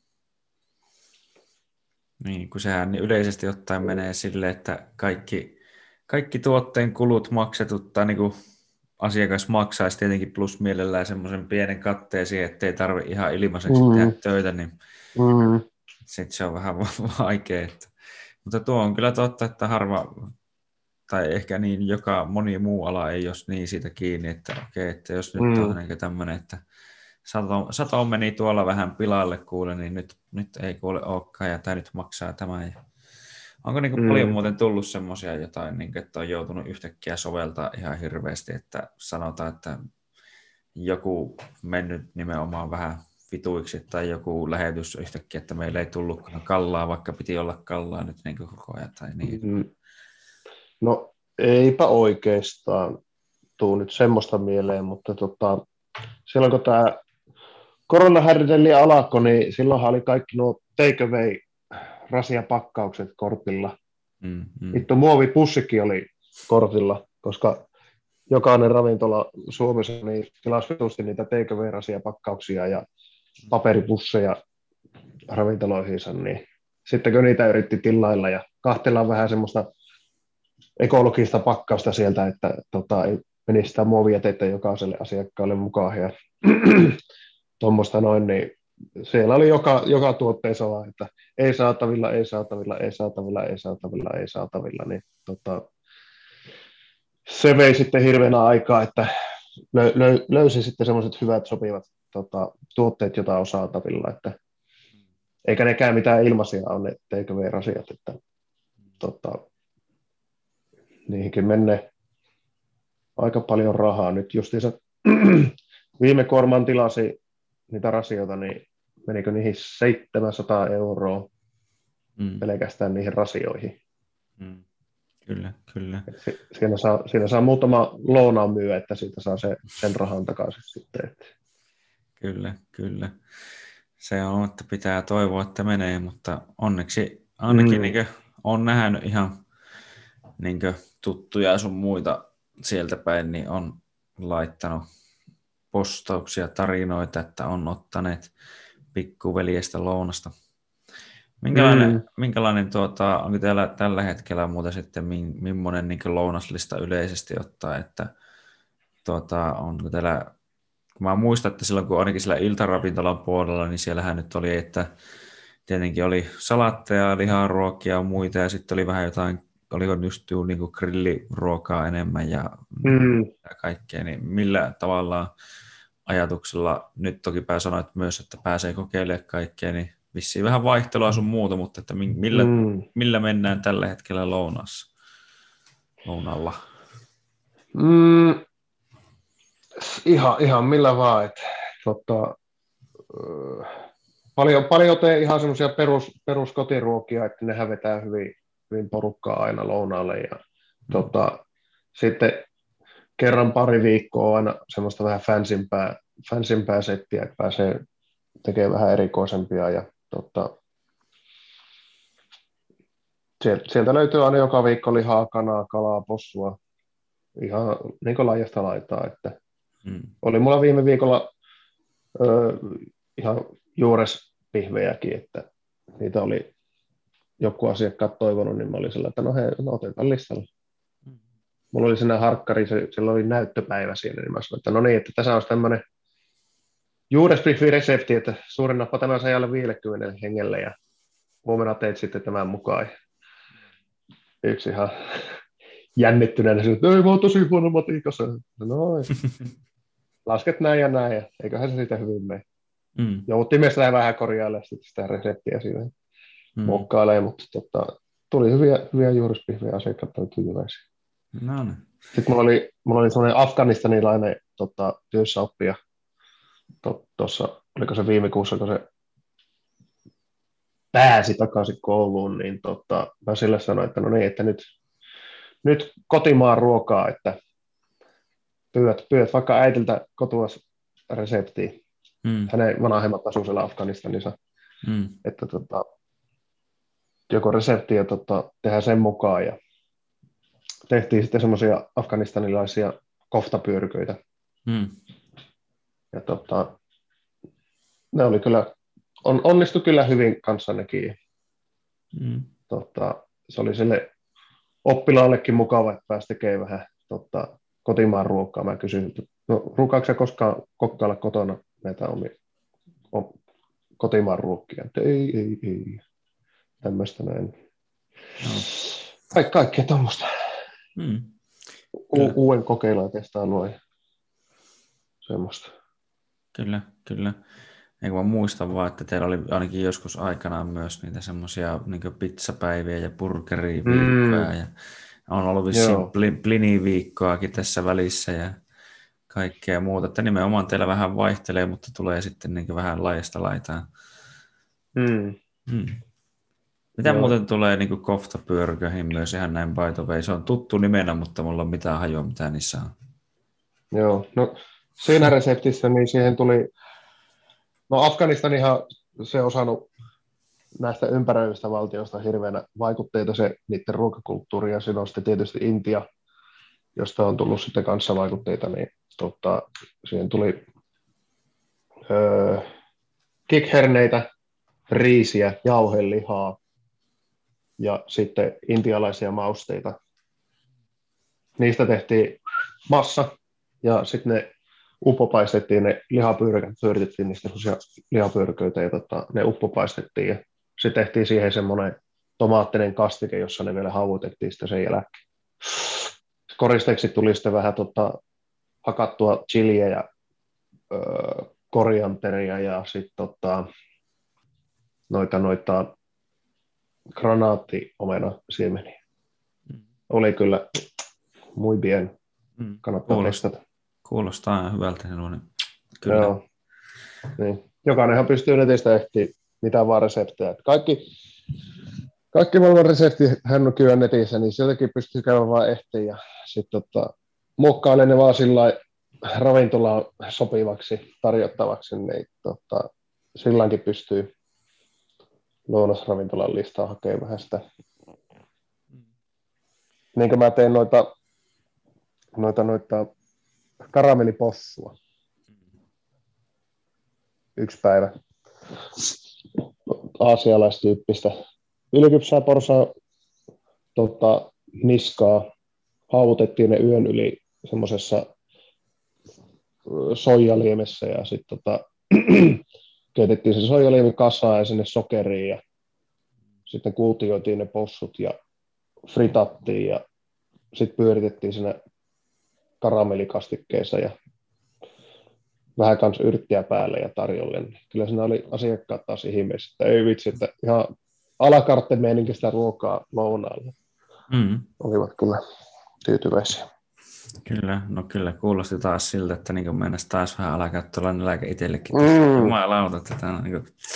Niin, kun sehän niin yleisesti ottaen menee silleen, että kaikki kaikki tuotteen kulut maksetut tai niin kuin asiakas maksaisi tietenkin plus mielellään semmoisen pienen katteen siihen, ettei tarvitse ihan ilmaiseksi tehdä Mm, töitä, niin mm, sitten se on vähän vaikea. Mutta tuo on kyllä totta, että harva, tai ehkä niin moni muu ala ei jos niin siitä kiinni, että okei, että jos nyt on mm, niin tämmöinen, että sato meni tuolla vähän pilalle kuule, niin nyt ei kuule olekaan ja tämä nyt maksaa tämä. Ja onko niin paljon mm. muuten tullut semmoisia jotain, niin kuin, että on joutunut yhtäkkiä soveltaa ihan hirveästi, että sanotaan, että joku mennyt nimenomaan vähän vituiksi tai joku lähetys yhtäkkiä, että meillä ei tullutkaan kallaa, vaikka piti olla kallaa nyt niin koko ajan tai niin. Mm. No eipä oikeastaan tuu nyt semmoista mieleen, mutta silloin kun tämä koronahärdelli alkoi, niin silloinhan oli kaikki nuo take away rasiapakkaukset kortilla. Vittu muovipussikin oli kortilla, koska jokainen ravintola Suomessa niin tilasi vitusti niitä take away rasiapakkauksia ja paperipusseja ravintoloihinsa, niin sitten kun niitä yritti tilailla ja kahtella vähän semmoista ekologista pakkausta sieltä, että ei menisi sitä muovijätettä jokaiselle asiakkaalle mukaan ja tuommoista noin, niin siellä oli joka tuotteessa vaan, että ei saatavilla, ei saatavilla, ei saatavilla, ei saatavilla, ei saatavilla, niin se vei sitten hirveänä aikaa, että löysi sitten semmoiset hyvät sopivat tuotteet, joita on saatavilla, että eikä nekään mitään ilmaisia ole ne take away-rasiat, että niihinkin menee aika paljon rahaa. Nyt justiinsa viime korman tilasi niitä rasioita, niin menikö niihin 700 € pelkästään niihin rasioihin. Kyllä. Siinä saa muutama lounaan myy, että siitä saa sen rahan takaisin sitten. Kyllä. Se on, että pitää toivoa, että menee, mutta onneksi ainakin niin on nähnyt ihan niin tuttuja sun muita sieltä päin, niin on laittanut postauksia, tarinoita, että on ottaneet pikkuveljestä lounasta. Minkälainen onko teillä tällä hetkellä muuta sitten, millainen niin lounaslista yleisesti ottaa, että onko teillä, kun mä muistan, että silloin kun ainakin sillä iltaravintolan puolella, niin siellähän nyt oli, että tietenkin oli salatteja, liharuokia ja muita, ja sitten oli vähän jotain, oliko just niin kuin grilliruokaa enemmän ja kaikkea, niin millä tavalla ajatuksella, nyt toki sanoit myös, että pääsee kokeilemaan kaikkea, niin vissiin vähän vaihtelua sun muuta, mutta että millä mennään tällä hetkellä lounalla? Ihan millä vaan, että paljon teen ihan semmoisia peruskotiruokia, että ne vetää hyvin porukkaa aina lounaalle ja sitten kerran pari viikkoa aina semmoista vähän fansimpää settiä, että pääsee tekemään vähän erikoisempia ja sieltä löytyy aina joka viikko lihaa, kanaa, kalaa, possua, ihan niin kuin laajasta laitaa, että oli mulla viime viikolla ihan juurespihvejäkin, että niitä oli joku asiakkaat toivonut, niin mä olin sillä, että no otetaan listalle. Mulla oli siinä harkkari, sillä oli näyttöpäivä siellä, niin mä sanoin, että no niin, että tässä olisi tämmöinen juurespihvi-resepti, että suurin nappa tänään sajalle 50 hengelle ja huomenna teet sitten tämän mukaan. Yksi ihan jännittyneenä, että ei mä oon tosi huono matikassa. No, lasket näin ja näin, ja eiköhän se siitä hyvin mene. Jouduttiin myös vähän korjailemaan sitä reseptiä siinä muokkailemaan, mutta tuli hyviä juurespihvejä asiakkaat oli tyytyväisiä. No. Sitten mulla oli semmoinen afganistanilainen työssäoppija tuossa, oliko se viime kuussa, kun se pääsi takaisin kouluun, niin mä sille sanoin, että no niin, että nyt kotimaan ruokaa, että pyydät vaikka äitiltä kotuas reseptiä. Hänen vanhemmat asuu siellä Afganistanissa, että joko resepti ja tehdään sen mukaan. Ja tehtiin sitten semmoisia afganistanilaisia koftapyöryköitä. Ja ne oli kyllä, onnistui kyllä hyvin kanssa nekin. Se oli sille oppilaallekin mukava, että pääsi tekemään vähän kotimaan ruokaa. Mä kysyin, että no ruukaatko sä koskaan kokkailla kotona näitä kotimaan ruokkia? Että ei. Tämmöistä näin. No. Kaikkea tuommoista. Uuden kokeilua testailua ja semmoista. Kyllä. Eikö mä muistan vaan, että teillä oli ainakin joskus aikanaan myös niitä semmoisia niin pizzapäiviä ja burgeriviikkoja ja on ollut vissiin plini-viikkoakin tässä välissä ja kaikkea muuta. Että nimenomaan teillä vähän vaihtelee, mutta tulee sitten niin vähän laajasta laitaan. Mitä muuten tulee niin koftapyörköihin myös ihan näin by the way? Se on tuttu nimenä, mutta mulla on mitään hajua, mitä niissä on. Joo, no siinä reseptissä niin siihen tuli, no Afganistanihan se on saanut näistä ympäröivistä valtioista hirveänä vaikutteita se niiden ruokakulttuuri ja siinä on sitten tietysti Intia, josta on tullut sitten kanssa vaikutteita, niin siihen tuli kikherneitä, riisiä, jauhelihaa ja sitten intialaisia mausteita. Niistä tehtiin massa ja sitten ne uppopaistettiin, ne lihapyöryköt, pyöritettiin niistä lihapyöryköitä ja ne uppopaistettiin ja sitten tehtiin siihen semmoinen tomaattinen kastike, jossa ne vielä havutettiin sitten sen jälkeen. Koristeeksi tuli sitten vähän hakattua chiliä ja korianteria ja sitten noita granaattiomena-siemeniä. Oli kyllä muy bien. Kannattaa testata. Kuulostaa hyvältä. Kyllä. Joo. Niin. Jokainenhan pystyy netistä etsiä mitään vaan reseptejä. Kaikki maailman reseptihän on kyllä netissä, niin sieltäkin pystyy käymään vaan ehtiin ja sitten muokkailen ne vaan sillä ravintolaan sopivaksi, tarjottavaksi, niin silläkin pystyy lounasravintolan listaa hakemaan vähän sitä. Niin kuin mä teen noita karamellipossua. Yksi päivä. Aasialaistyyppistä. Ylkypsää porsaa niskaa. Hautettiin ne yön yli semmoisessa soijaliemessä ja sitten keitettiin se soijaliemi kasaan ja sinne sokeriin ja sitten kuutioitiin ne possut ja fritattiin ja sitten pyöritettiin siinä karamellikastikkeessa ja vähän kans yrttiä päälle ja tarjolle. Kyllä siinä oli asiakkaat taas ihmeessä, että ei vitsi, että ihan alakartte meininki sitä ruokaa lounaalla. Olivat kyllä tyytyväisiä. Kyllä kuulosti taas siltä, että niin mennäisi taas vähän alakattolainen nälkä itsellekin. Jumalauta, tätä on niin kuin...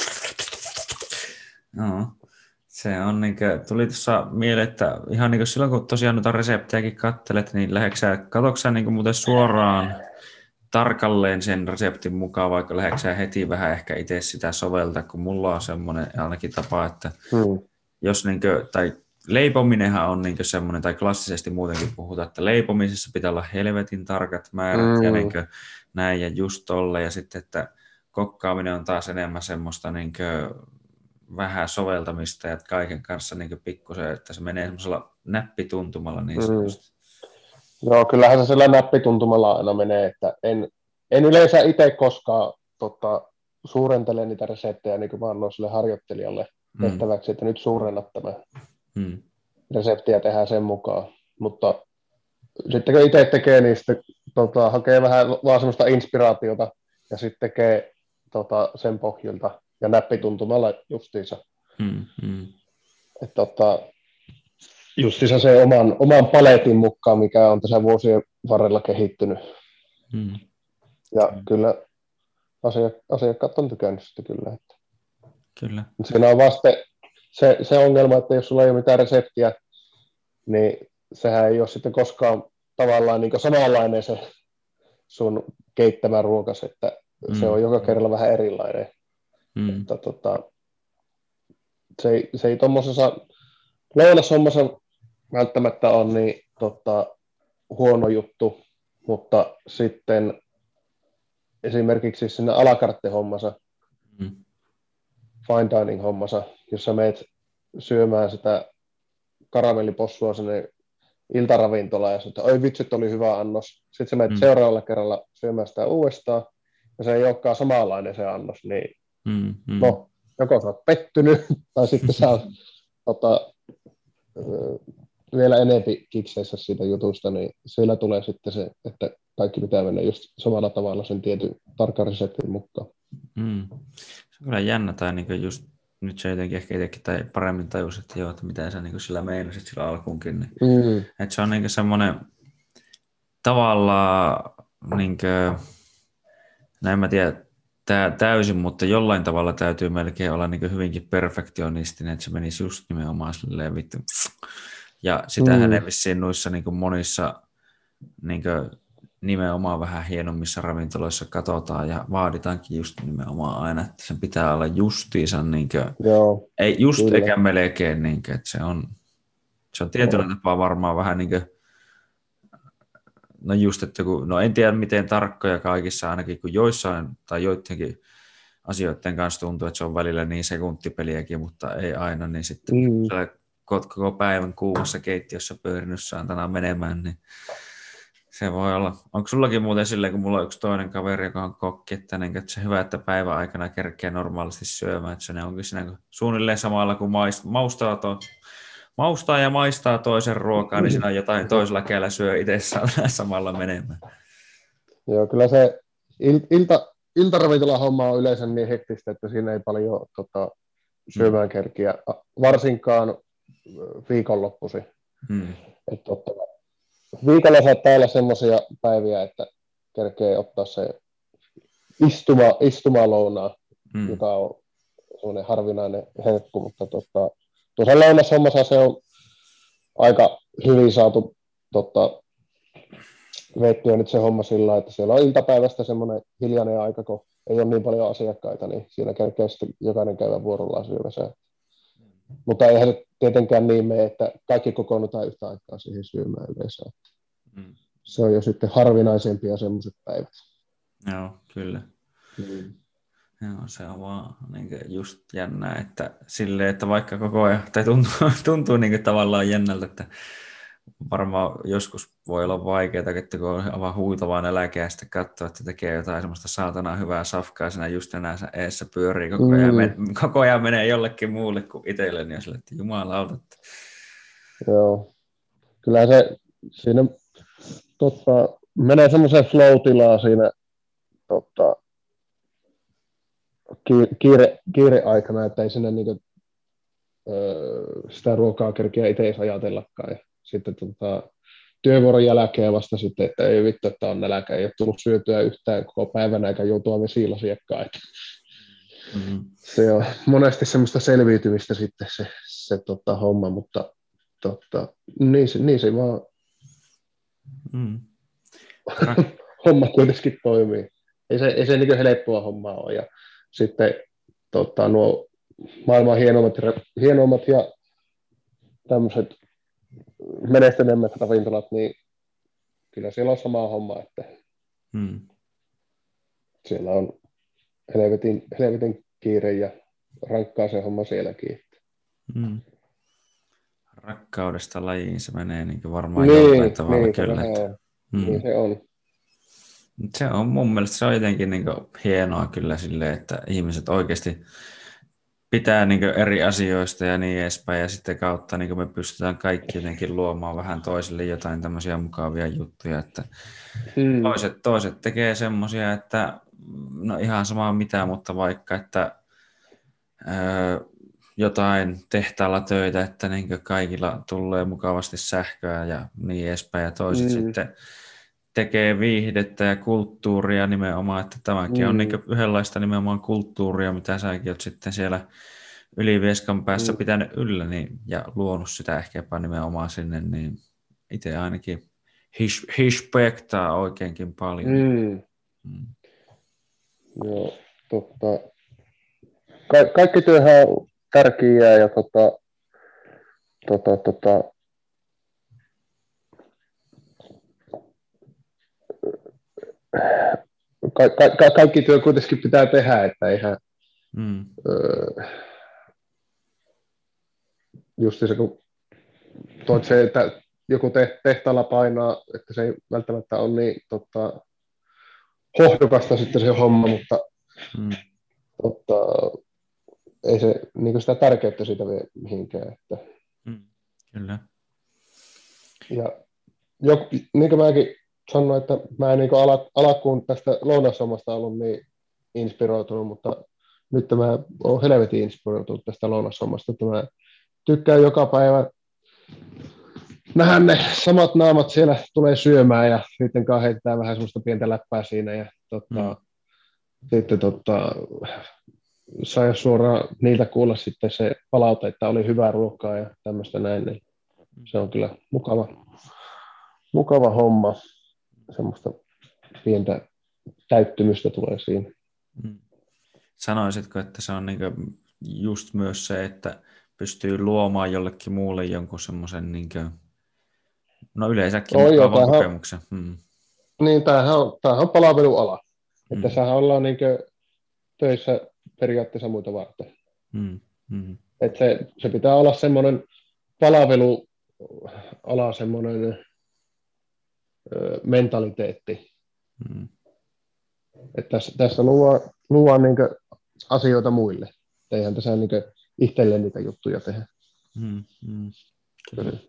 No, se on niin kuin, tuli tuossa mieleen, että ihan niin kuin silloin kun tosiaan noita reseptejäkin katselet, niin katsotko sä niin kuin muuten suoraan tarkalleen sen reseptin mukaan, vaikka lähdetkö sä heti vähän ehkä itse sitä soveltaa, kun mulla on semmoinen ainakin tapa, että jos niin kuin, tai leipominenhan on niin kuin semmoinen, tai klassisesti muutenkin puhutaan, että leipomisessa pitää olla helvetin tarkat määrät ja niin kuin näin ja just tolle, ja sitten, että kokkaaminen on taas enemmän semmoista niin kuin vähän soveltamista ja kaiken kanssa niin pikkusen, että se menee semmoisella näppituntumalla niin sanotusti. Joo, kyllähän se sillä näppituntumalla aina menee, että en yleensä itse koskaan suurentele niitä reseptejä niin kuin vaan noin sille harjoittelijalle tehtäväksi, että nyt suurennat tämä resepti ja tehdään sen mukaan. Mutta sitten kun itse tekee, niin sitten hakee vähän vaan semmoista inspiraatiota ja sitten tekee sen pohjalta ja näppituntumalla justiinsa. Että justiinsa se oman paletin mukaan, mikä on tässä vuosien varrella kehittynyt. Ja kyllä asiakkaat on tykännyt sitä kyllä. Kyllä. Siinä on vasta se ongelma, että jos sulla ei ole mitään reseptiä, niin sehän ei ole sitten koskaan tavallaan niin samanlainen se sun keittämä ruokas, että se on joka kerralla vähän erilainen. Että, se ei tuommoisessa lounashommassa välttämättä ole niin huono juttu, mutta sitten esimerkiksi sinne alakartte-hommassa, fine dining-hommassa, jossa meet syömään sitä karamellipossua sinne iltaravintolaan ja sanotaan, oi vitsit, oli hyvä annos. Sitten sä menet seuraavalla kerralla syömään sitä uudestaan, ja se ei olekaan samanlainen se annos, niin no, joko sä oot pettynyt, tai sitten sä oot vielä enempi kikseissä siitä jutusta, niin siellä tulee sitten se, että kaikki pitää mennä just samalla tavalla sen tietyn tarkan reseptin mukaan. Se on kyllä jännä, tai niin just nyt se jotenkin ehkä itsekin tai paremmin tajus, että joo, että mitä sä niin sillä meinasit sillä alkuunkin. Niin, että se on niin semmoinen tavallaan, niin kuin, no en mä tiedä täysin, mutta jollain tavalla täytyy melkein olla niin hyvinkin perfektionistinen, että se menisi just nimenomaan silleen vittu. Ja sitähän ei vissiin noissa niin monissa niin nimenomaan vähän hienommissa ravintoloissa katsotaan ja vaaditaankin just nimenomaan aina, että sen pitää olla justiinsa, niin kuin, ei just kyllä. Eikä melkein, niin kuin, että se on tietyllä tapaa varmaan vähän niin kuin, no just, että kun, no en tiedä miten tarkkoja kaikissa ainakin, kun joissain tai joidenkin asioiden kanssa tuntuu, että se on välillä niin sekuntipeliäkin, mutta ei aina, niin sitten koko päivän kuumassa keittiössä pyörinyt saatana menemään, niin se voi olla. Onko sullakin muuten silleen, kun mulla on yksi toinen kaveri, joka on kokki, että se hyvä, että päivän aikana kerkee normaalisti syömään, että se onkin siinä suunnilleen samalla, kun maustaa ja maistaa toisen ruokaa, niin siinä jotain toisella kädellä syö itse samalla menemään. Joo, kyllä se iltaravintola homma on yleensä niin hektistä, että siinä ei paljon syömään kerkiä, varsinkaan viikonloppuisin. Viikolla saattaa olla semmoisia päiviä, että kerkee ottaa se istumalounaa, joka on semmoinen harvinainen herkku, mutta tuossa lounashommassa se on aika hyvin saatu veettyä nyt se homma sillä, että siellä on iltapäivästä semmoinen hiljainen aika, kun ei ole niin paljon asiakkaita, niin siinä kerkee sitten jokainen käydä vuorollaan syömässä. Mutta eihän se tietenkään niin mene, että kaikki kokoonnutaan yhtä aikaa siihen syömään yleensä. Se on jo sitten harvinaisempia semmoiset päivät. Joo, kyllä. Joo, se on vaan niin just jännää, että silleen, että vaikka koko ajan, tai tuntuu niin tavallaan jännältä, että varmaan joskus voi olla vaikeaa, että kun on aivan huutavaa nälkää ja sitten katsoo, että tekee jotain semmoista saatanaa hyvää safkaa siinä just enää eessä pyörii koko ajan menee jollekin muulle kuin itselle, niin on sille, että jumalauta. Joo, kyllä se siinä menee semmoiseen flow-tilaan siinä kiire-aikana, että ei sinne niinku, sitä ruokaa kerkeä itse edes ajatellakaan. Ja sitten työvuoron jälkeen vasta sitten, että ei vittu, että on nälkä, ei ole tullut syötyä yhtään koko päivänä eikä joutua vesilasjakkaan. Se on monesti semmoista selviytymistä sitten se homma, mutta niin se vaan homma kuitenkin toimii. Ei se niin helppoa hommaa ole. Ja sitten nuo maailman hienommat ja tämmöiset menestyneemmät ravintolat, niin kyllä siellä on sama homma, että siellä on helvetin kiire ja rankkaa se homma sielläkin. Rakkaudesta lajiin se menee niin varmaan jollain tavalla kyllä. Niin se on. Se on mun mielestä se on jotenkin niin hienoa kyllä silleen, että ihmiset oikeasti pitää niin eri asioista ja niin edespäin, ja sitten kautta niin me pystytään kaikki jotenkin luomaan vähän toisille jotain tämmöisiä mukavia juttuja, että toiset tekee semmoisia, että no ihan sama mitä, mutta vaikka, että jotain tehtaalla töitä, että niin kaikilla tulee mukavasti sähköä ja niin edespäin, ja toiset sitten tekee viihdettä ja kulttuuria nimenomaan, että tämäkin on niin yhdenlaista nimenomaan kulttuuria, mitä säkin olet sitten siellä Ylivieskan päässä pitänyt yllä niin, ja luonut sitä ehkäpä nimenomaan sinne, niin itse ainakin hispektaa oikeinkin paljon. Joo, kaikki työhän on tärkeää ja kaikki työ kuitenkin pitää tehdä, että eihän just se, kun toit se, että joku tehtaalla painaa, että se ei välttämättä ole niin hohdokasta sitten se homma, mutta Mm. totta, ei se niin sitä tärkeyttä siitä vie mihinkään. Että. Mm. Kyllä. Ja niin kuin mäkin sanoin, että mä en niin alkuun tästä lounashommasta ollut niin inspiroitunut, mutta nyt mä oon helvetin inspiroitunut tästä lounashommasta, että mä tykkään joka päivä nähdä ne samat naamat siellä tulee syömään ja niiden kanssa heittää vähän semmoista pientä läppää siinä ja sitten sai suoraan niiltä kuulla sitten se palaute, että oli hyvää ruokaa ja tämmöistä näin, niin se on kyllä mukava homma. Semmoista pientä täyttymystä tulee siinä. Sanoisitko, että se on niinku just myös se, että pystyy luomaan jollekin muulle jonkun semmoisen niinku, no yleensäkin mukavan kokemuksen. Niin, tämähän on palveluala. Että sehän ollaan niinku töissä periaatteessa muita varten. Että se pitää olla semmoinen palveluala, semmoinen mentaliteetti. Että tässä luodaan niinku asioita muille. Eihän tässä niinku itselleen niitä juttuja tehdä. Kyllä.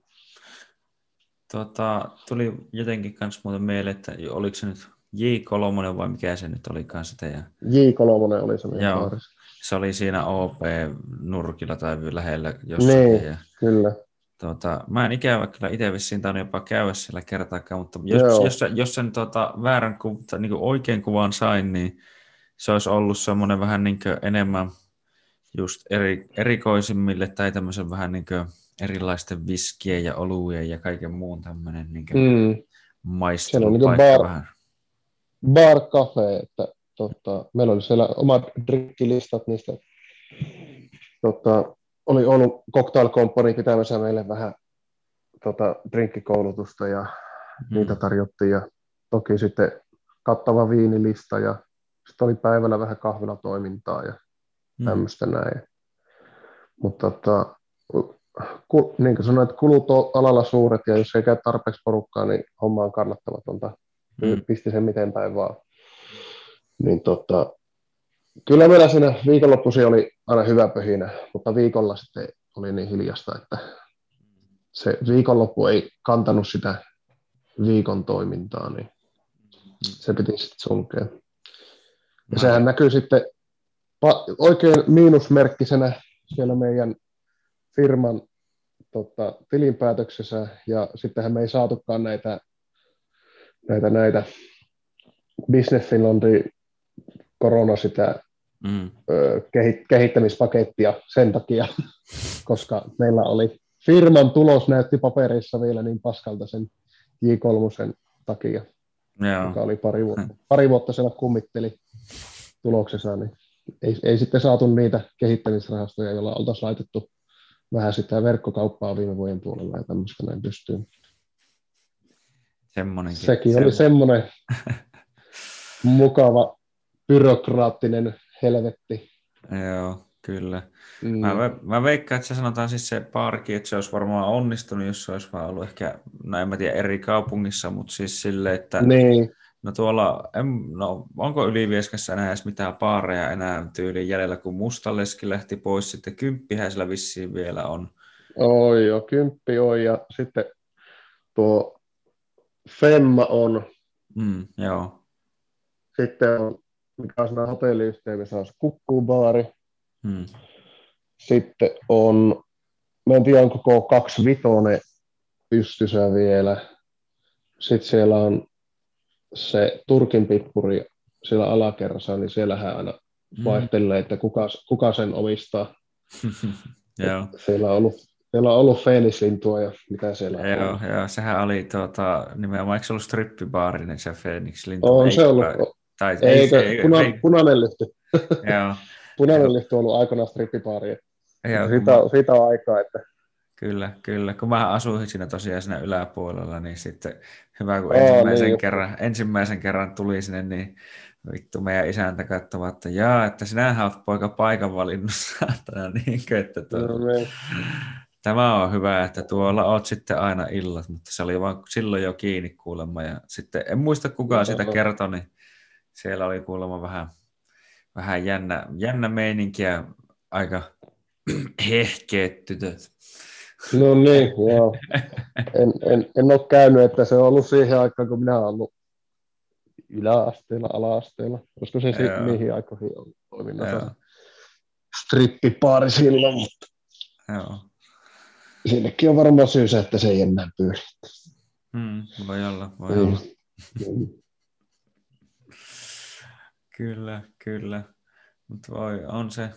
Tuli jotenkin kans muuten mieleen, että oliko se nyt J3 vai mikä se nyt olikaan sitä? J3 oli se meidän baarissa. Se oli siinä OP-nurkilla tai lähellä jossakin. Niin, kyllä. Mä en ikävä kyllä itse vissiin tainnut jopa käydä siellä kertaakaan, mutta jos sen väärän niin oikein kuvan sain, niin se olisi ollut semmoinen vähän niin enemmän just erikoisimmille tai tämmöisen vähän niin erilaisten viskien ja olujen ja kaiken muun tämmöinen niin maistelupaikka vähän. Bar cafe, että meillä oli siellä omat drinkkilistat niistä. Oli ollut Cocktail Company pitämässä meille vähän drinkkikoulutusta ja niitä tarjottiin ja toki sitten kattava viinilista ja sitten oli päivällä vähän kahvilatoimintaa ja tämmöistä näin. Mutta niin kuin sanoin, että kulut on alalla suuret ja jos ei käy tarpeeksi porukkaa, niin homma on kannattamatonta. Pisti sen miten päin vaan. Niin kyllä meillä siinä viikonloppuisin oli aina hyvä pöhinä, mutta viikolla sitten oli niin hiljasta, että se viikonloppu ei kantanut sitä viikon toimintaa, niin se piti sitten sulkea. Ja sehän näkyy sitten oikein miinusmerkkisenä siellä meidän firman tilinpäätöksessä, ja sittenhän me ei saatukaan näitä Business Finlandin korona sitä kehittämispakettia sen takia, koska meillä oli firman tulos näytti paperissa vielä niin paskalta sen J3 takia, joka oli pari vuotta siellä kummitteli tuloksessa, niin ei sitten saatu niitä kehittämisrahastoja, joilla oltaisiin laitettu vähän sitä verkkokauppaa viime vuoden puolella ja tämmöistä näin pystyyn. Sekin oli semmoinen mukava byrokraattinen helvetti. Joo, kyllä. Mä veikkaan, että se sanotaan siis se baarikin, että se olisi varmaan onnistunut, jos se olisi vaan ollut ehkä, no en mä tiedä, eri kaupungissa, mutta siis silleen, että niin. No onko Ylivieskassa enää edes mitään baareja enää tyyliin jäljellä, kun Mustaleski lähti pois, sitten Kymppihän siellä vissiin vielä on. Oi joo, Kymppi on ja sitten tuo Femma on. Joo. Sitten on, mikä on siinä hotelliyhteydessä, on Kukkubaari. Sitten on, mä en tiedä onko K25 pystyssä vielä. Sitten siellä on se Turkin pippuri siellä alakerrassa, niin siellähän aina vaihtelee, että kuka sen omistaa. Siellä on ollut Phoenix-lintua ja mitä siellä on. Joo, sehän oli nimenomaan, eikö se ollut strippibaari, niin se Phoenix-lintu? On se ollut. Punainen lyhty. Joo. Punainen lyhty on ollut aikanaan strippibaari. Siitä on aikaa, että Kyllä. Kun mä asuin siinä tosiaan siinä yläpuolella, niin sitten hyvä, kun ensimmäisen kerran tuli sinne, niin vittu meidän isäntä katsomaan, että sinähän olet poika paikan valinnut saatana, niinkö, että Tämä on hyvä, että tuolla oot sitten aina illat, mutta se oli vaan silloin jo kiinni kuulemma. Ja sitten en muista kuka sitä Joo. kertoi, niin siellä oli kuulemma vähän jännä meininkiä, aika hehkeet tytöt. No niin, joo. En ole käynyt, että se on ollut siihen aikaan, kun minä olen ollut yläasteella, ala-asteella. Olisiko se Joo, niihin aikoihin ollut toiminnassa joo, strippipaari silloin, mutta joo. sillekin on varmaan syysä, että se ei enää pyöri. Voi olla, voi Niin. olla. Kyllä, kyllä. Mutta voi, on se.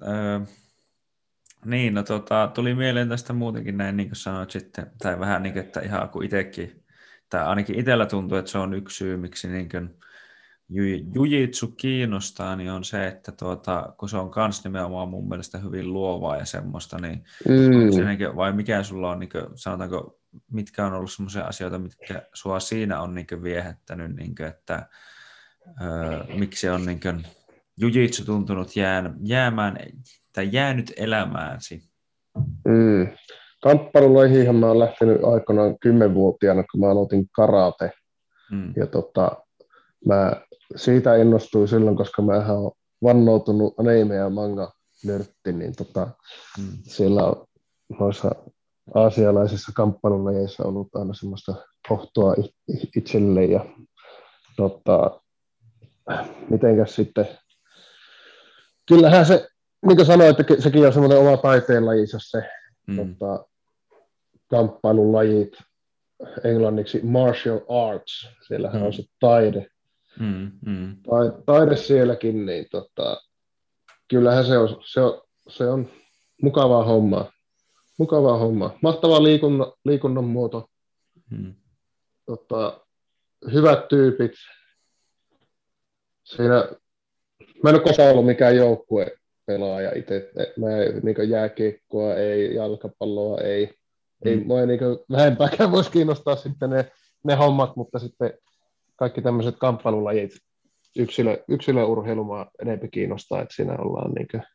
Niin, no tuli mieleen tästä muutenkin näin, niin kuin sanoit sitten, tai vähän niin kuin, että ihan kuin itsekin, tai ainakin itsellä tuntuu, että se on yksi syy, miksi niin kuin jujitsu kiinnostaa, niin on se, että kun se on kans nimenomaan mun mielestä hyvin luovaa ja semmoista, niin onko se Mm. niin kuin, vai mikä sulla on, niin kuin, sanotaanko, mitkä on ollut semmoisia asioita, mitkä sua siinä on niin kuin viehättänyt, niin kuin, että miksi on niin kuin, jujitsu tuntunut jäämään tai jäänyt elämääsi? Mm. Kamppailulajiinhan mä oon lähtenyt aikanaan 10-vuotiaana, kun mä aloitin karate. Mm, Ja mä siitä innostuin silloin, koska mä oon vannoutunut anime- ja manga-nörtti, niin mm, siellä on noissa aasialaisissa kamppailulajeissa ollut aina semmoista kohtua itselle ja tota, mitenkäs sitten, kyllähän se, niin kuin sanoin, että sekin on semmoinen oma taiteenlajinsa se mm, tota, kamppailulajit, englanniksi martial arts, siellähän on mm, se taide, mm, mm, taide sielläkin, niin kyllähän se on mukavaa hommaa. Mukavaa hommaa. Mahtava liikunnan muoto. mm, Tota, hyvät tyypit. Siinä, mä en ole koskaan ollut mikään joukkuepelaaja itse. Mä ei niin jääkiekkoa, ei jalkapalloa, ei mm, mua niin vähempääkään voisi kiinnostaa sitten ne hommat, mutta sitten kaikki tämmöiset kamppailulajit, yksilöurheilu mua enemmän kiinnostaa, että siinä ollaan niin kuin,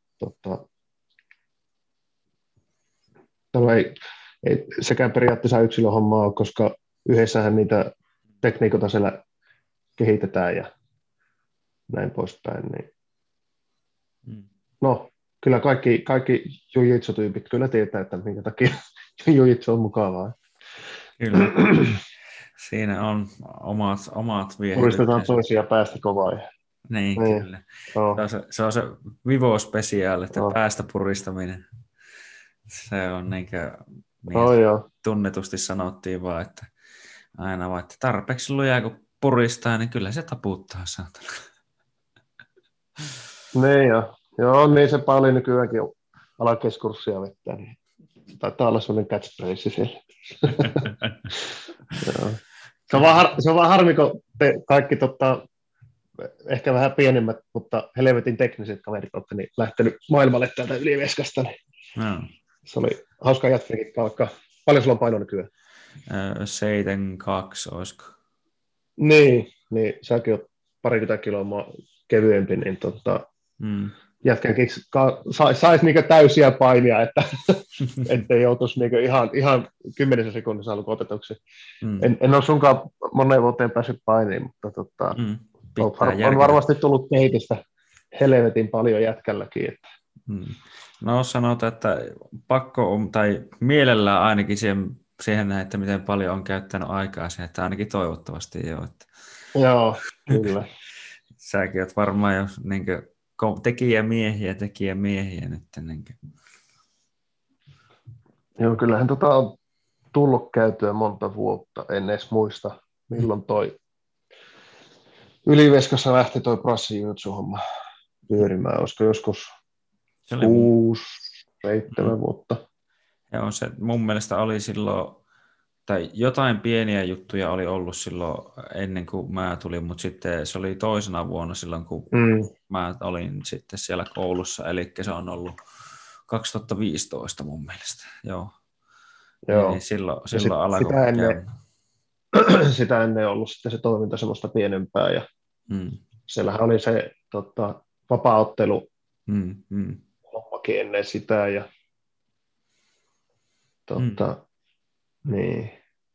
tämä ei sekään periaatteessa yksilöhommaa ole, koska yhdessähän niitä tekniikoita siellä kehitetään ja näin poispäin. Niin. mm. No, kyllä kaikki jujitsu-tyypit kyllä tietää, että minkä takia jujitsu on mukavaa. Kyllä. Siinä on omat Puristetaan viehätykset. toisia päästä kovaa. Niin, Niin, kyllä. no, Se on se Vivo Special, että no, päästä puristaminen. Se on niin no, joo. tunnetusti sanottiin vaan, että aina vaan, että tarpeeksi lujaa kun puristaa, niin kyllä se taputtaa, saatana. Niin, joo, niin se paljon nykyäänkin alakeskurssia vettää, niin taitaa olla sellainen catchphrase siellä. Joo. Se on vaan harmi, kun te kaikki ehkä vähän pienemmät, mutta helvetin tekniset kaverit olette niin lähtenyt maailmalle täältä Yliveskasta. Niin No. se oli hauska jatkeekin palkkaa. Paljon sulla on paino nykyään? 7,2 olisiko? Niin säkin oot 20 kiloa kevyempi, niin jätkänkin sais niinku täysiä painia, että ettei joutuisi niinku ihan 10 sekunnissa alkuun otetuksi. Mm. En ole sunkaan moneen vuoteen päässyt painiin, mutta Pitää on järkeä. varmasti tullut kehitystä helvetin paljon jätkälläkin. Että. Mm. No sanotaan, että pakko on, tai mielellään ainakin siihen näin, että miten paljon on käyttänyt aikaa siihen, että ainakin toivottavasti joo. Että Joo, kyllä. säkin oot varmaan jo tekijämiehiä nyt. Joo, kyllähän on tullut käytyä monta vuotta, en edes muista, milloin toi Yliveskassa lähti toi brassijutsu-homma pyörimään, olisiko joskus Se oli 6-7 vuotta. joo, se mun mielestä oli silloin, tai jotain pieniä juttuja oli ollut silloin ennen kuin mä tulin, mutta sitten se oli toisena vuonna silloin, kun mä olin sitten siellä koulussa, eli se on ollut 2015 mun mielestä, joo. Joo. Eli silloin Sitä alkoi käymään. sitä ennen ollut sitten se toiminta semmoista pienempää, ja siellähän oli se vapaaottelu hommakin ennen sitä, ja Niin.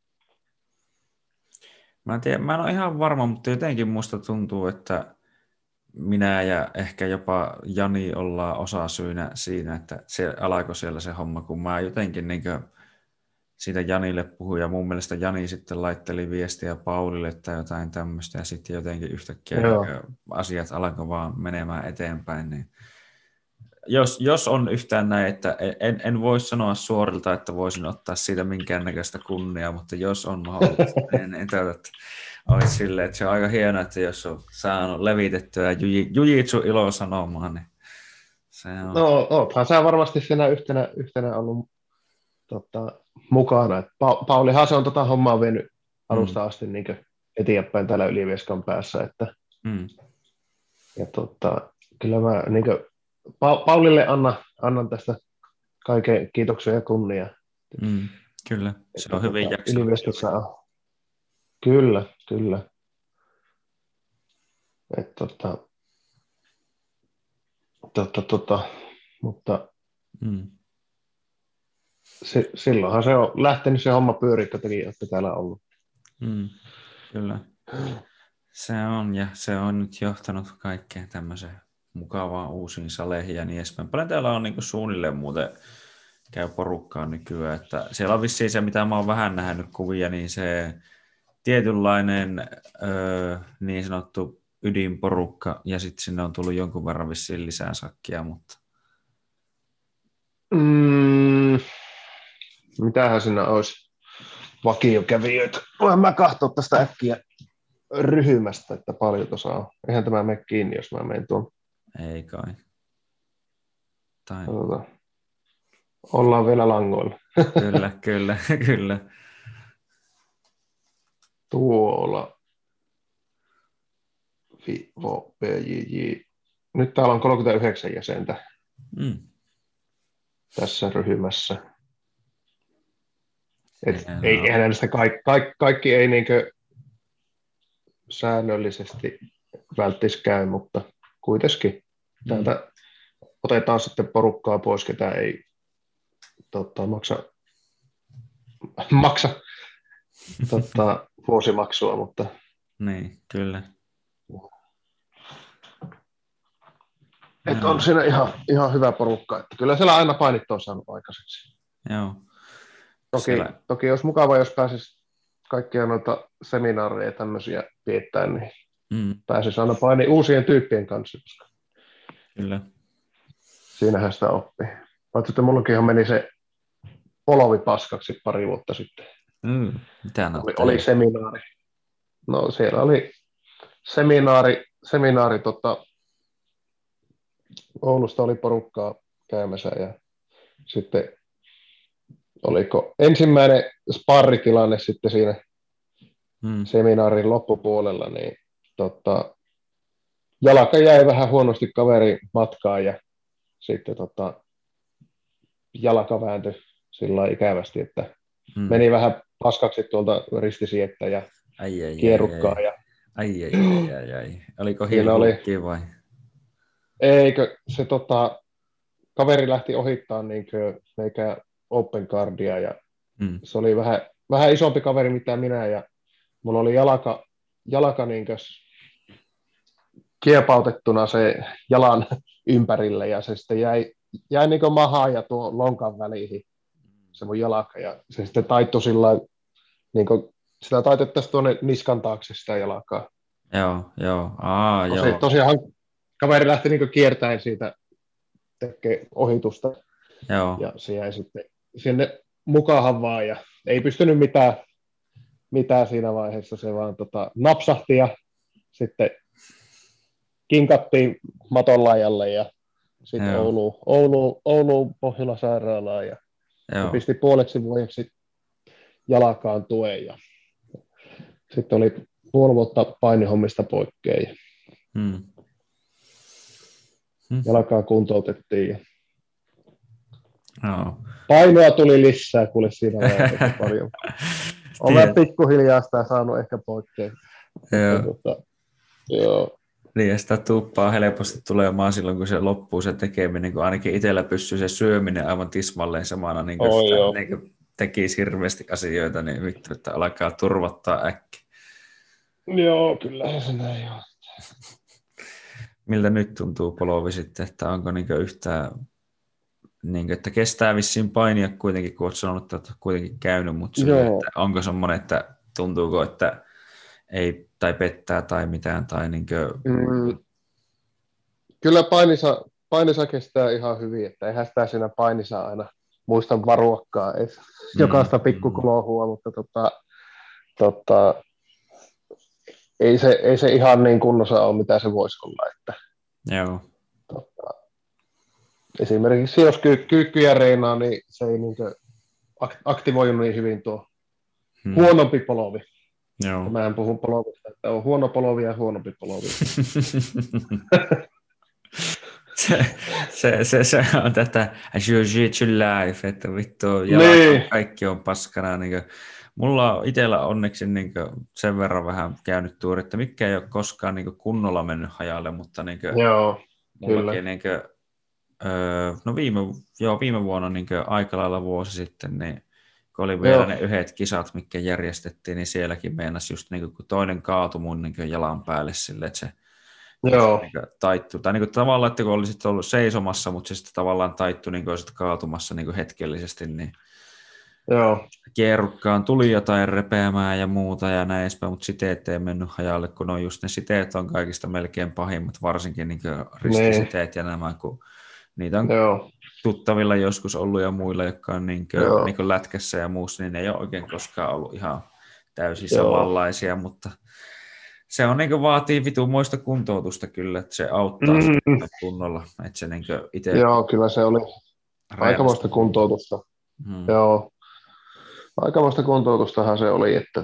Mä en tiedä, mä en ole ihan varma, mutta jotenkin musta tuntuu, että minä ja ehkä jopa Jani ollaan osasyynä siinä, että se alkoi siellä se homma, kun mä jotenkin niin siitä Janille puhuin, ja mun mielestä Jani sitten laitteli viestiä Paulille tai jotain tämmöistä, ja sitten jotenkin yhtäkkiä asiat alkoi vaan menemään eteenpäin. Niin jos on yhtään näin, että en voi sanoa suorilta, että voisin ottaa siitä minkäännäköistä kunniaa, mutta jos on mahdollista, niin että olisi silleen, että se on aika hienoa, että jos on saanut levitettyä jujitsu ilosanomaan, niin se on... No, oothan sä varmasti siinä yhtenä ollut mukana. Paulihan se on hommaa vienyt alusta asti niin eteenpäin täällä Ylivieskan päässä. Että, ja kyllä mä niin Paulille annan tästä kaiken kiitoksia ja kunnia. Kyllä, se on hyvin jaksanut. Ylivieskassa on. Kyllä. Mutta silloinhan se on lähtenyt se homma pyöriin, että tekin olette täällä ollut. Kyllä. Se on, ja se on nyt johtanut kaikkeen tämmöiseen mukavaan uusiin saleihin ja niin edespäin. Paljon täällä on niin suunnilleen muuten käy porukkaan nykyään, että siellä on vissiin se, mitä mä oon vähän nähnyt kuvia, niin se tietynlainen niin sanottu ydinporukka, ja sitten sinne on tullut jonkun verran vissiin lisää sakkia, mutta... Mitähän siinä olisi vakiokävijöitä? Voin mä katsoa tästä äkkiä ryhymästä, että paljon tuossa on. Eihän tämä mene kiinni, jos mä menen tuon. Ei kai. Tai... Ollaan vielä langoilla. Kyllä. Tuolla. Vivo, PJJ. Nyt täällä on 39 jäsentä tässä ryhmässä. Eihän näistä kaikki ei niinkö säännöllisesti välttis käy, mutta kuitenkin täältä otetaan sitten porukkaa pois, ketä ei maksa vuosimaksua, mutta niin, kyllä. On siinä ihan hyvä porukka, että kyllä siellä aina painit on saanut aikaiseksi. Joo. Toki olisi mukava, jos pääsisi kaikkia noita seminaareja ja tämmöisiä piettää, niin pääsisi aina painiin uusien tyyppien kanssa. Kyllä. Siinähän sitä oppii. Paitsi että mullakin meni se polvi paskaksi pari vuotta sitten. Mitä oli seminaari. No siellä oli seminaari Oulusta oli porukkaa käymässä ja sitten oliko ensimmäinen sparritilanne sitten siinä seminaarin loppupuolella, niin jalka jäi vähän huonosti kaverin matkaan ja sitten jalka vääntyi sillä ikävästi, että meni vähän paskaksi tuolta ristisiettä ja kierrukkaa. Ai. Oliko hilkki vai? Eikö se kaveri lähti ohittaan meikä open guardia ja se oli vähän isompi kaveri mitä minä ja mulla oli jalka kiepautettuna se jalan ympärille ja se sitten jäi niin mahaan ja tuo lonkan väliin se mun jalka ja se sitten taittui sillä niin sitä taitettaisiin tuonne niskan taakse sitä jalkaa. Joo. Joo. Tosiaan kaveri lähti niin kiertäen siitä tekee ohitusta. Joo. Ja se jäi sitten sinne mukaan vaan ja ei pystynyt mitään siinä vaiheessa. Se vaan napsahti ja sitten kinkattiin maton laajalle ja sitten Ouluun Pohjola-sairaalaan ja pisti puoleksi vuodeksi jalkaan tuen ja sitten oli puoli vuotta painihommista poikkeen. Jalkaa kuntoutettiin. Ja painoa tuli lisää, kuule siinä vaiheessa paljon. Olen pikkuhiljaa sitä saanut ehkä poikkeen. Joo. Niin, ja sitä tuppaa helposti tulemaan silloin, kun se loppuu se tekeminen, kun ainakin itsellä pysyy se syöminen aivan tismalleen samana. tekisi hirveästi asioita, niin vittu, että alkaa turvottaa äkkiä. Joo, kyllähän se näin on. Miltä nyt tuntuu polovi sitten, että onko yhtään, että kestää vissiin painia kuitenkin, kun olet sanonut, että olet kuitenkin käynyt, mutta Joo. että onko semmoinen, että tuntuuko, että ei tai pettää tai mitään, tai Kyllä painissa kestää ihan hyvin, että eihän sitä siinä painissa aina muista varuakaan, ei jokaista pikkukulohua, mutta ei se ihan niin kunnossa ole, mitä se voisi olla. Että, Joo. Esimerkiksi jos kyykkyjä reinaa, niin se ei aktivoidu niin hyvin tuo huonompi polovi. Joo. Mä en puhu polovista, että on huono polovi ja huonompi polovi. se on tätä jiu-jitsu life, että vittu kaikki on paskana. Mulla on itsellä onneksi sen verran vähän käynyt tuuri, että mikä ei ole koskaan kunnolla mennyt hajalle, mutta Joo, mullakin no viime vuonna aika lailla vuosi sitten, niin kun oli vielä ne yhdet kisat, mitkä järjestettiin, niin sielläkin meinasi just kun toinen kaatui mun jalan päälle sille, että se taittu. Tai tavallaan, että kun olisit ollut seisomassa, mutta se sitten tavallaan taittu, olisit kaatumassa hetkellisesti, niin kierrukkaan tuli jotain repeämään ja muuta ja näin edespäin, mutta siteet ei mennyt hajalle, kun on just ne siteet on kaikista melkein pahimmat, varsinkin ristisiteet ja nämä, kun niitä on tuttavilla joskus ollut ja muilla, jotka on lätkässä ja muussa, niin ne ei ole oikein koskaan ollut ihan täysin samanlaisia, mutta se on vaatii vitumoista kuntoutusta kyllä, että se auttaa kunnolla, että se itse. Joo, kyllä se oli aikamoista kuntoutusta. Joo. Aikamoista kuntoutustahan se oli, että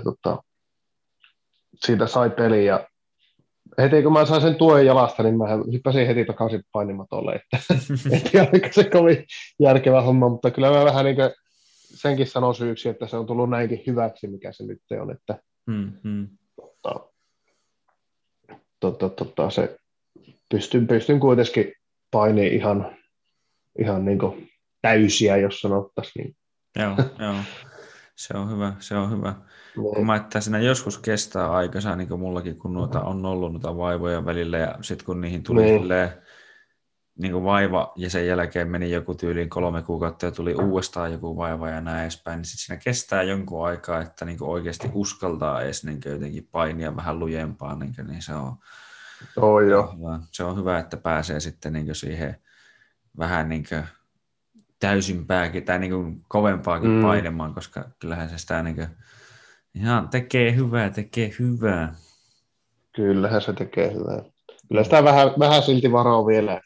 siitä sai peliä ja heti kun mä sain sen tuen jalasta, niin mä hyppäsin heti takaisin painimatolle, että en tiedä, oliko se kovin järkevä homma, mutta kyllä mä vähän senkin sanon syyksi, että se on tullut näinkin hyväksi, mikä se nyt on, että se pystyn kuitenkin painiin ihan täysiä, jos sanottaisiin. Niin. Joo. Se on hyvä. Kun mä että siinä joskus kestää aikansa, niin kuin mullakin, kun on ollut noita vaivoja välillä, ja sitten kun niihin tuli vaiva, ja sen jälkeen meni joku tyyliin 3 kuukautta, ja tuli uudestaan joku vaiva ja näin edespäin, niin sitten siinä kestää jonkun aikaa, että oikeasti uskaltaa edes jotenkin painia vähän lujempaa, niin se on, se on hyvä, että pääsee sitten siihen vähän täysimpääkin tai kovempaakin painemaan, koska kyllähän se sitä ihan tekee hyvää. Kyllähän se tekee hyvää. Kyllä sitä vähän silti varoa vielä.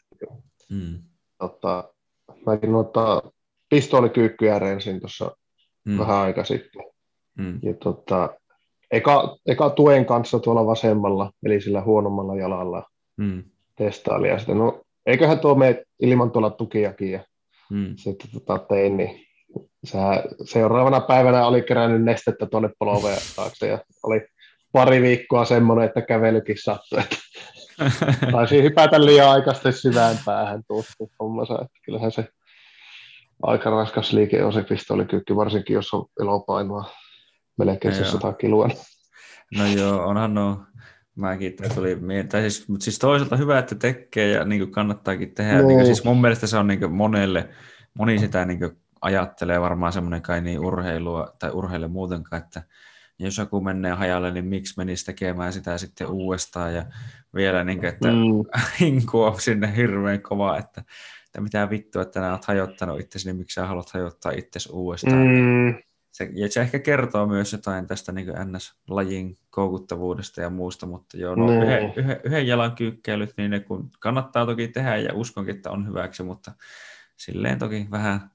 Mäkin pistoolikyykkyjä rensin tuossa vähän aika sitten. Ja eka tuen kanssa tuolla vasemmalla, eli sillä huonommalla jalalla testaili. Ja sitten, no eiköhän tuo mene ilman tuolla tukiakin. Ja sitten tein, niin seuraavana päivänä oli kerännyt nestettä tuonne poloveen taakse ja oli pari viikkoa semmoinen, että kävelykin sattui. Taisin hypätä liian aikaisesti syvään päähän tuosta hommassa. Että kyllähän se aika raskas liike on se pistoolikyykky, varsinkin jos on elopainoa melkein 100 kiloa. No joo, onhan mäkin tuli mutta siis toisaalta hyvä, että tekee ja kannattaakin tehdä. Siis mun mielestä se on moni sitä ajattelee varmaan semmoinen kai niin urheilua tai urheilua muutenkaan, että jos joku menee hajalle, niin miksi menisi tekemään sitä sitten uudestaan ja vielä että hinku on sinne hirveän kova, että mitä vittua, että nää oot hajottanut itsesi, niin miksi sä haluat hajottaa itsesi uudestaan. Se ehkä kertoo myös jotain tästä NS-lajin koukuttavuudesta ja muusta, mutta joo, yhden jalan kyykkäilyt, niin ne kun kannattaa toki tehdä ja uskonkin, että on hyväksi, mutta silleen toki vähän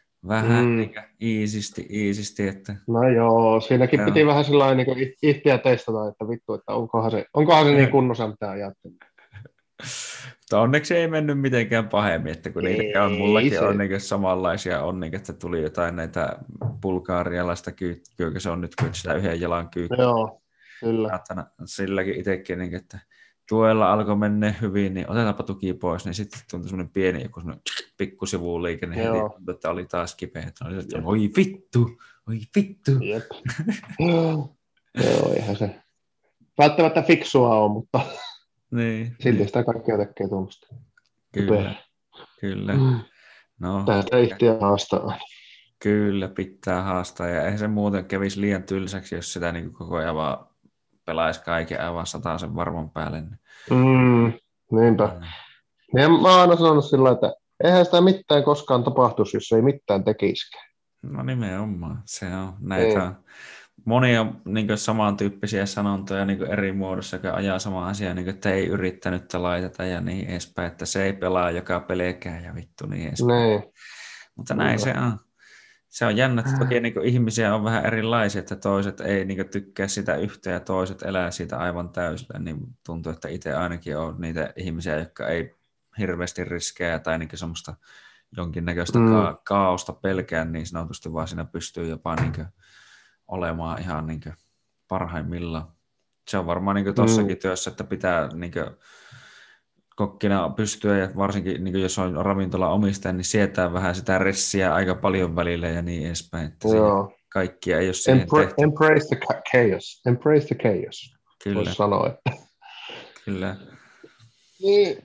iisisti, että. No joo, siinäkin piti vähän sellainen itseä testata, että vittu, että onkohan se niin kunnossa, mitä ajattelin. Mutta onneksi ei mennyt mitenkään pahemmin, että kun niitä on, mullakin on samanlaisia että tuli jotain näitä bulgaarialaista kyykkyä, se on nyt sitä yhden jalan kyykkyä. Joo, kyllä. Silläkin itsekin, että tuella alkoi mennä hyvin, niin otetaanpa tuki pois, niin sitten tuntui semmoinen pieni joku semmoinen pikkusivuliike, niin heti Joo, tuntui, että oli taas kipeä. Että oli, että jep, oi vittu, oi vittu. jep. Joo, eihän se välttämättä fiksua ole, mutta Niin, silti niin, sitä kaikkea tekee tuommoista. kyllä, kyllä. No, Täältä itseä haastaa. kyllä pitää haastaa, ja eihän se muuten kävisi liian tylsäksi, jos sitä niin koko ajan vaan pelaisi kaiken aivan 100 varman päälle. Niinpä. Mm. Ja mä oon aina sanonut sillä, että eihän sitä mitään koskaan tapahtuisi, jos ei mitään tekisikään. No nimenomaan, se on näitä Niin, on monia niin samantyyppisiä sanontoja niin eri muodossa, joka ajaa sama asia, niin kuin, että ei yrittänyt laiteta ja niin edespäin, että se ei pelaa joka pelkää ja vittu niin edespäin. niin, Mutta näin se niinpä. on. Se on jännä, että toki niin ihmisiä on vähän erilaisia, että toiset ei niin tykkää sitä yhtä ja toiset elää siitä aivan täysillä, niin tuntuu, että itse ainakin on niitä ihmisiä, jotka ei hirveästi riskejä tai niin semmoista jonkinnäköistä kaaosta pelkää niin sanotusti, vaan siinä pystyy jopa niin olemaan ihan niin parhaimmillaan. Se on varmaan niin tuossakin työssä, että pitää niin kokkina pystyä, ja varsinkin niin jos on ravintola omistaja, niin sietää vähän sitä ressiä aika paljon välillä ja niin edespäin, että siihen Joo. kaikkia ei ole siihen tehty. Embrace the chaos. Embrace the chaos. Kyllä, Voisi sanoa, että. kyllä. Niin.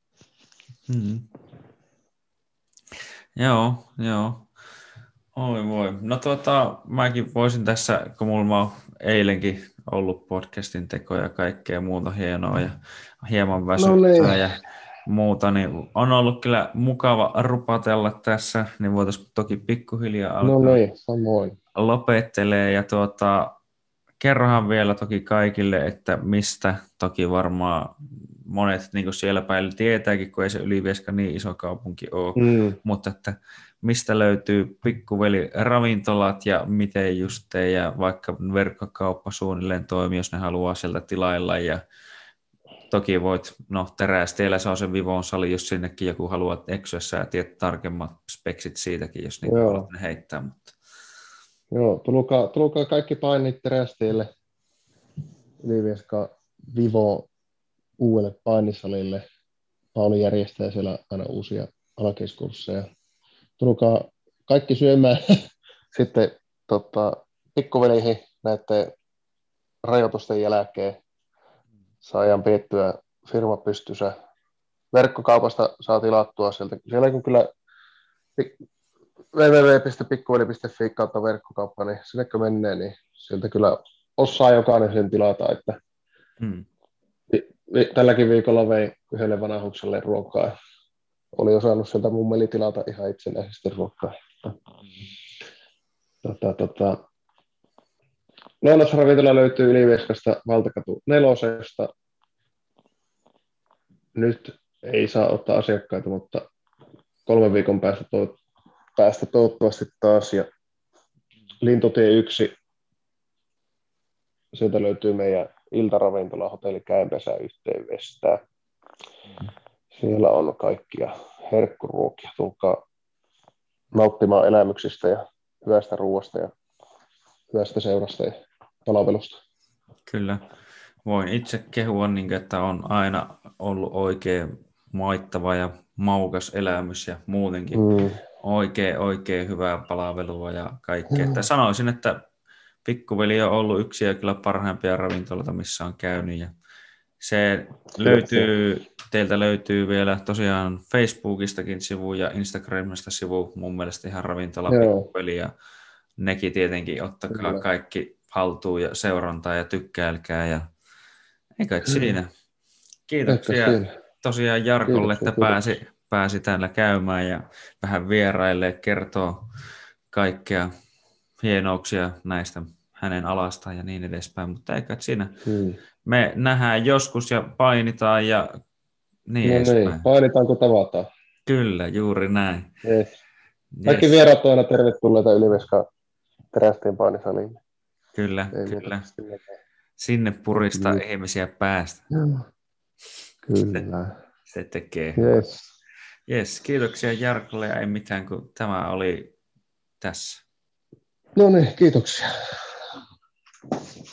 Joo, joo. Oi voi. No mäkin voisin tässä, kun mulla on eilenkin ollut podcastin tekoja ja kaikkea muuta hienoa ja hieman väsyttää ja muuta, niin on ollut kyllä mukava rupatella tässä, niin voitaisiin toki pikkuhiljaa alkaa Samoin. lopettelee ja kerrohan vielä toki kaikille, että mistä toki varmaan monet niin kuin siellä päin tietääkin, kun ei se Ylivieska niin iso kaupunki ole, mutta että mistä löytyy pikkuveli ravintolat ja miten just ja vaikka verkkokauppa suunnilleen toimii, jos ne haluaa sieltä tilailla ja toki voit, Terästeellä se on se Vivon sali, jos sinnekin joku haluaa eksyä, sä tiedät tarkemmat speksit siitäkin, jos niitä haluat ne heittää, mutta Joo, tulkaa kaikki painit Terästeelle, Ylivieska Vivo uudelle painisalille. Pauli järjestää siellä aina uusia alkeiskursseja. Tulkaa kaikki syömään sitten pikkuveleihin näiden rajoitusten jälkeen. Saadaan piettyä firma pystyssä. Verkkokaupasta saa tilattua sieltä. Siellä kun kyllä www.pikkuveli.fi kautta verkkokauppa, niin sinne kun menee, niin sieltä kyllä osaa jokainen sen tilata, että tälläkin viikolla vein yhdelle vanhukselle ruokaa. Oli osannut sieltä mummeli tilata ihan itsenäisesti ruokaa. Lounasravintola löytyy Ylivieskasta Valtakatu 4. Nyt ei saa ottaa asiakkaita, mutta 3 viikon päästä toivottavasti taas. Ja Lintutie 1, sieltä löytyy meidän iltaravintola hotelli Käenpesä yhteydestä. Siellä on kaikkia herkkuruokia. Tulkaa nauttimaan elämyksistä ja hyvästä ruoasta ja hyvästä seurasta ja palvelusta. Kyllä. Voin itse kehua, että on aina ollut oikein maittava ja maukas elämys ja muutenkin oikein hyvää palvelua ja kaikkea. Että sanoisin, että Pikkuveli on ollut yksi ja kyllä parhaimpia ravintoloita, missä on käynyt. Ja se teiltä löytyy vielä tosiaan Facebookistakin sivu ja Instagramista sivu, mun mielestä ihan ravintola Pikkuveli, ja nekin tietenkin ottakaa kaikki haltuun ja seurantaa ja tykkäilkää ja eikä siinä. Kiitoksia tosiaan Jarkolle, että pääsi täällä käymään ja vähän vieraille kertoo kaikkea hienouksia näistä hänen alastaan ja niin edespäin, mutta eikä siinä. Me nähdään joskus ja painitaan ja niin edespäin. Niin, painitaanko tavataan? Kyllä, juuri näin. Yes. Kaikki vieraat on aina tervetulleita Ylivieska Terästeen painisaliin. Kyllä. Sinne puristaa ihmisiä päästä. Kyllä. Se tekee. Yes, kiitoksia Jarkolle ja ei mitään, kun tämä oli tässä. No niin, kiitoksia.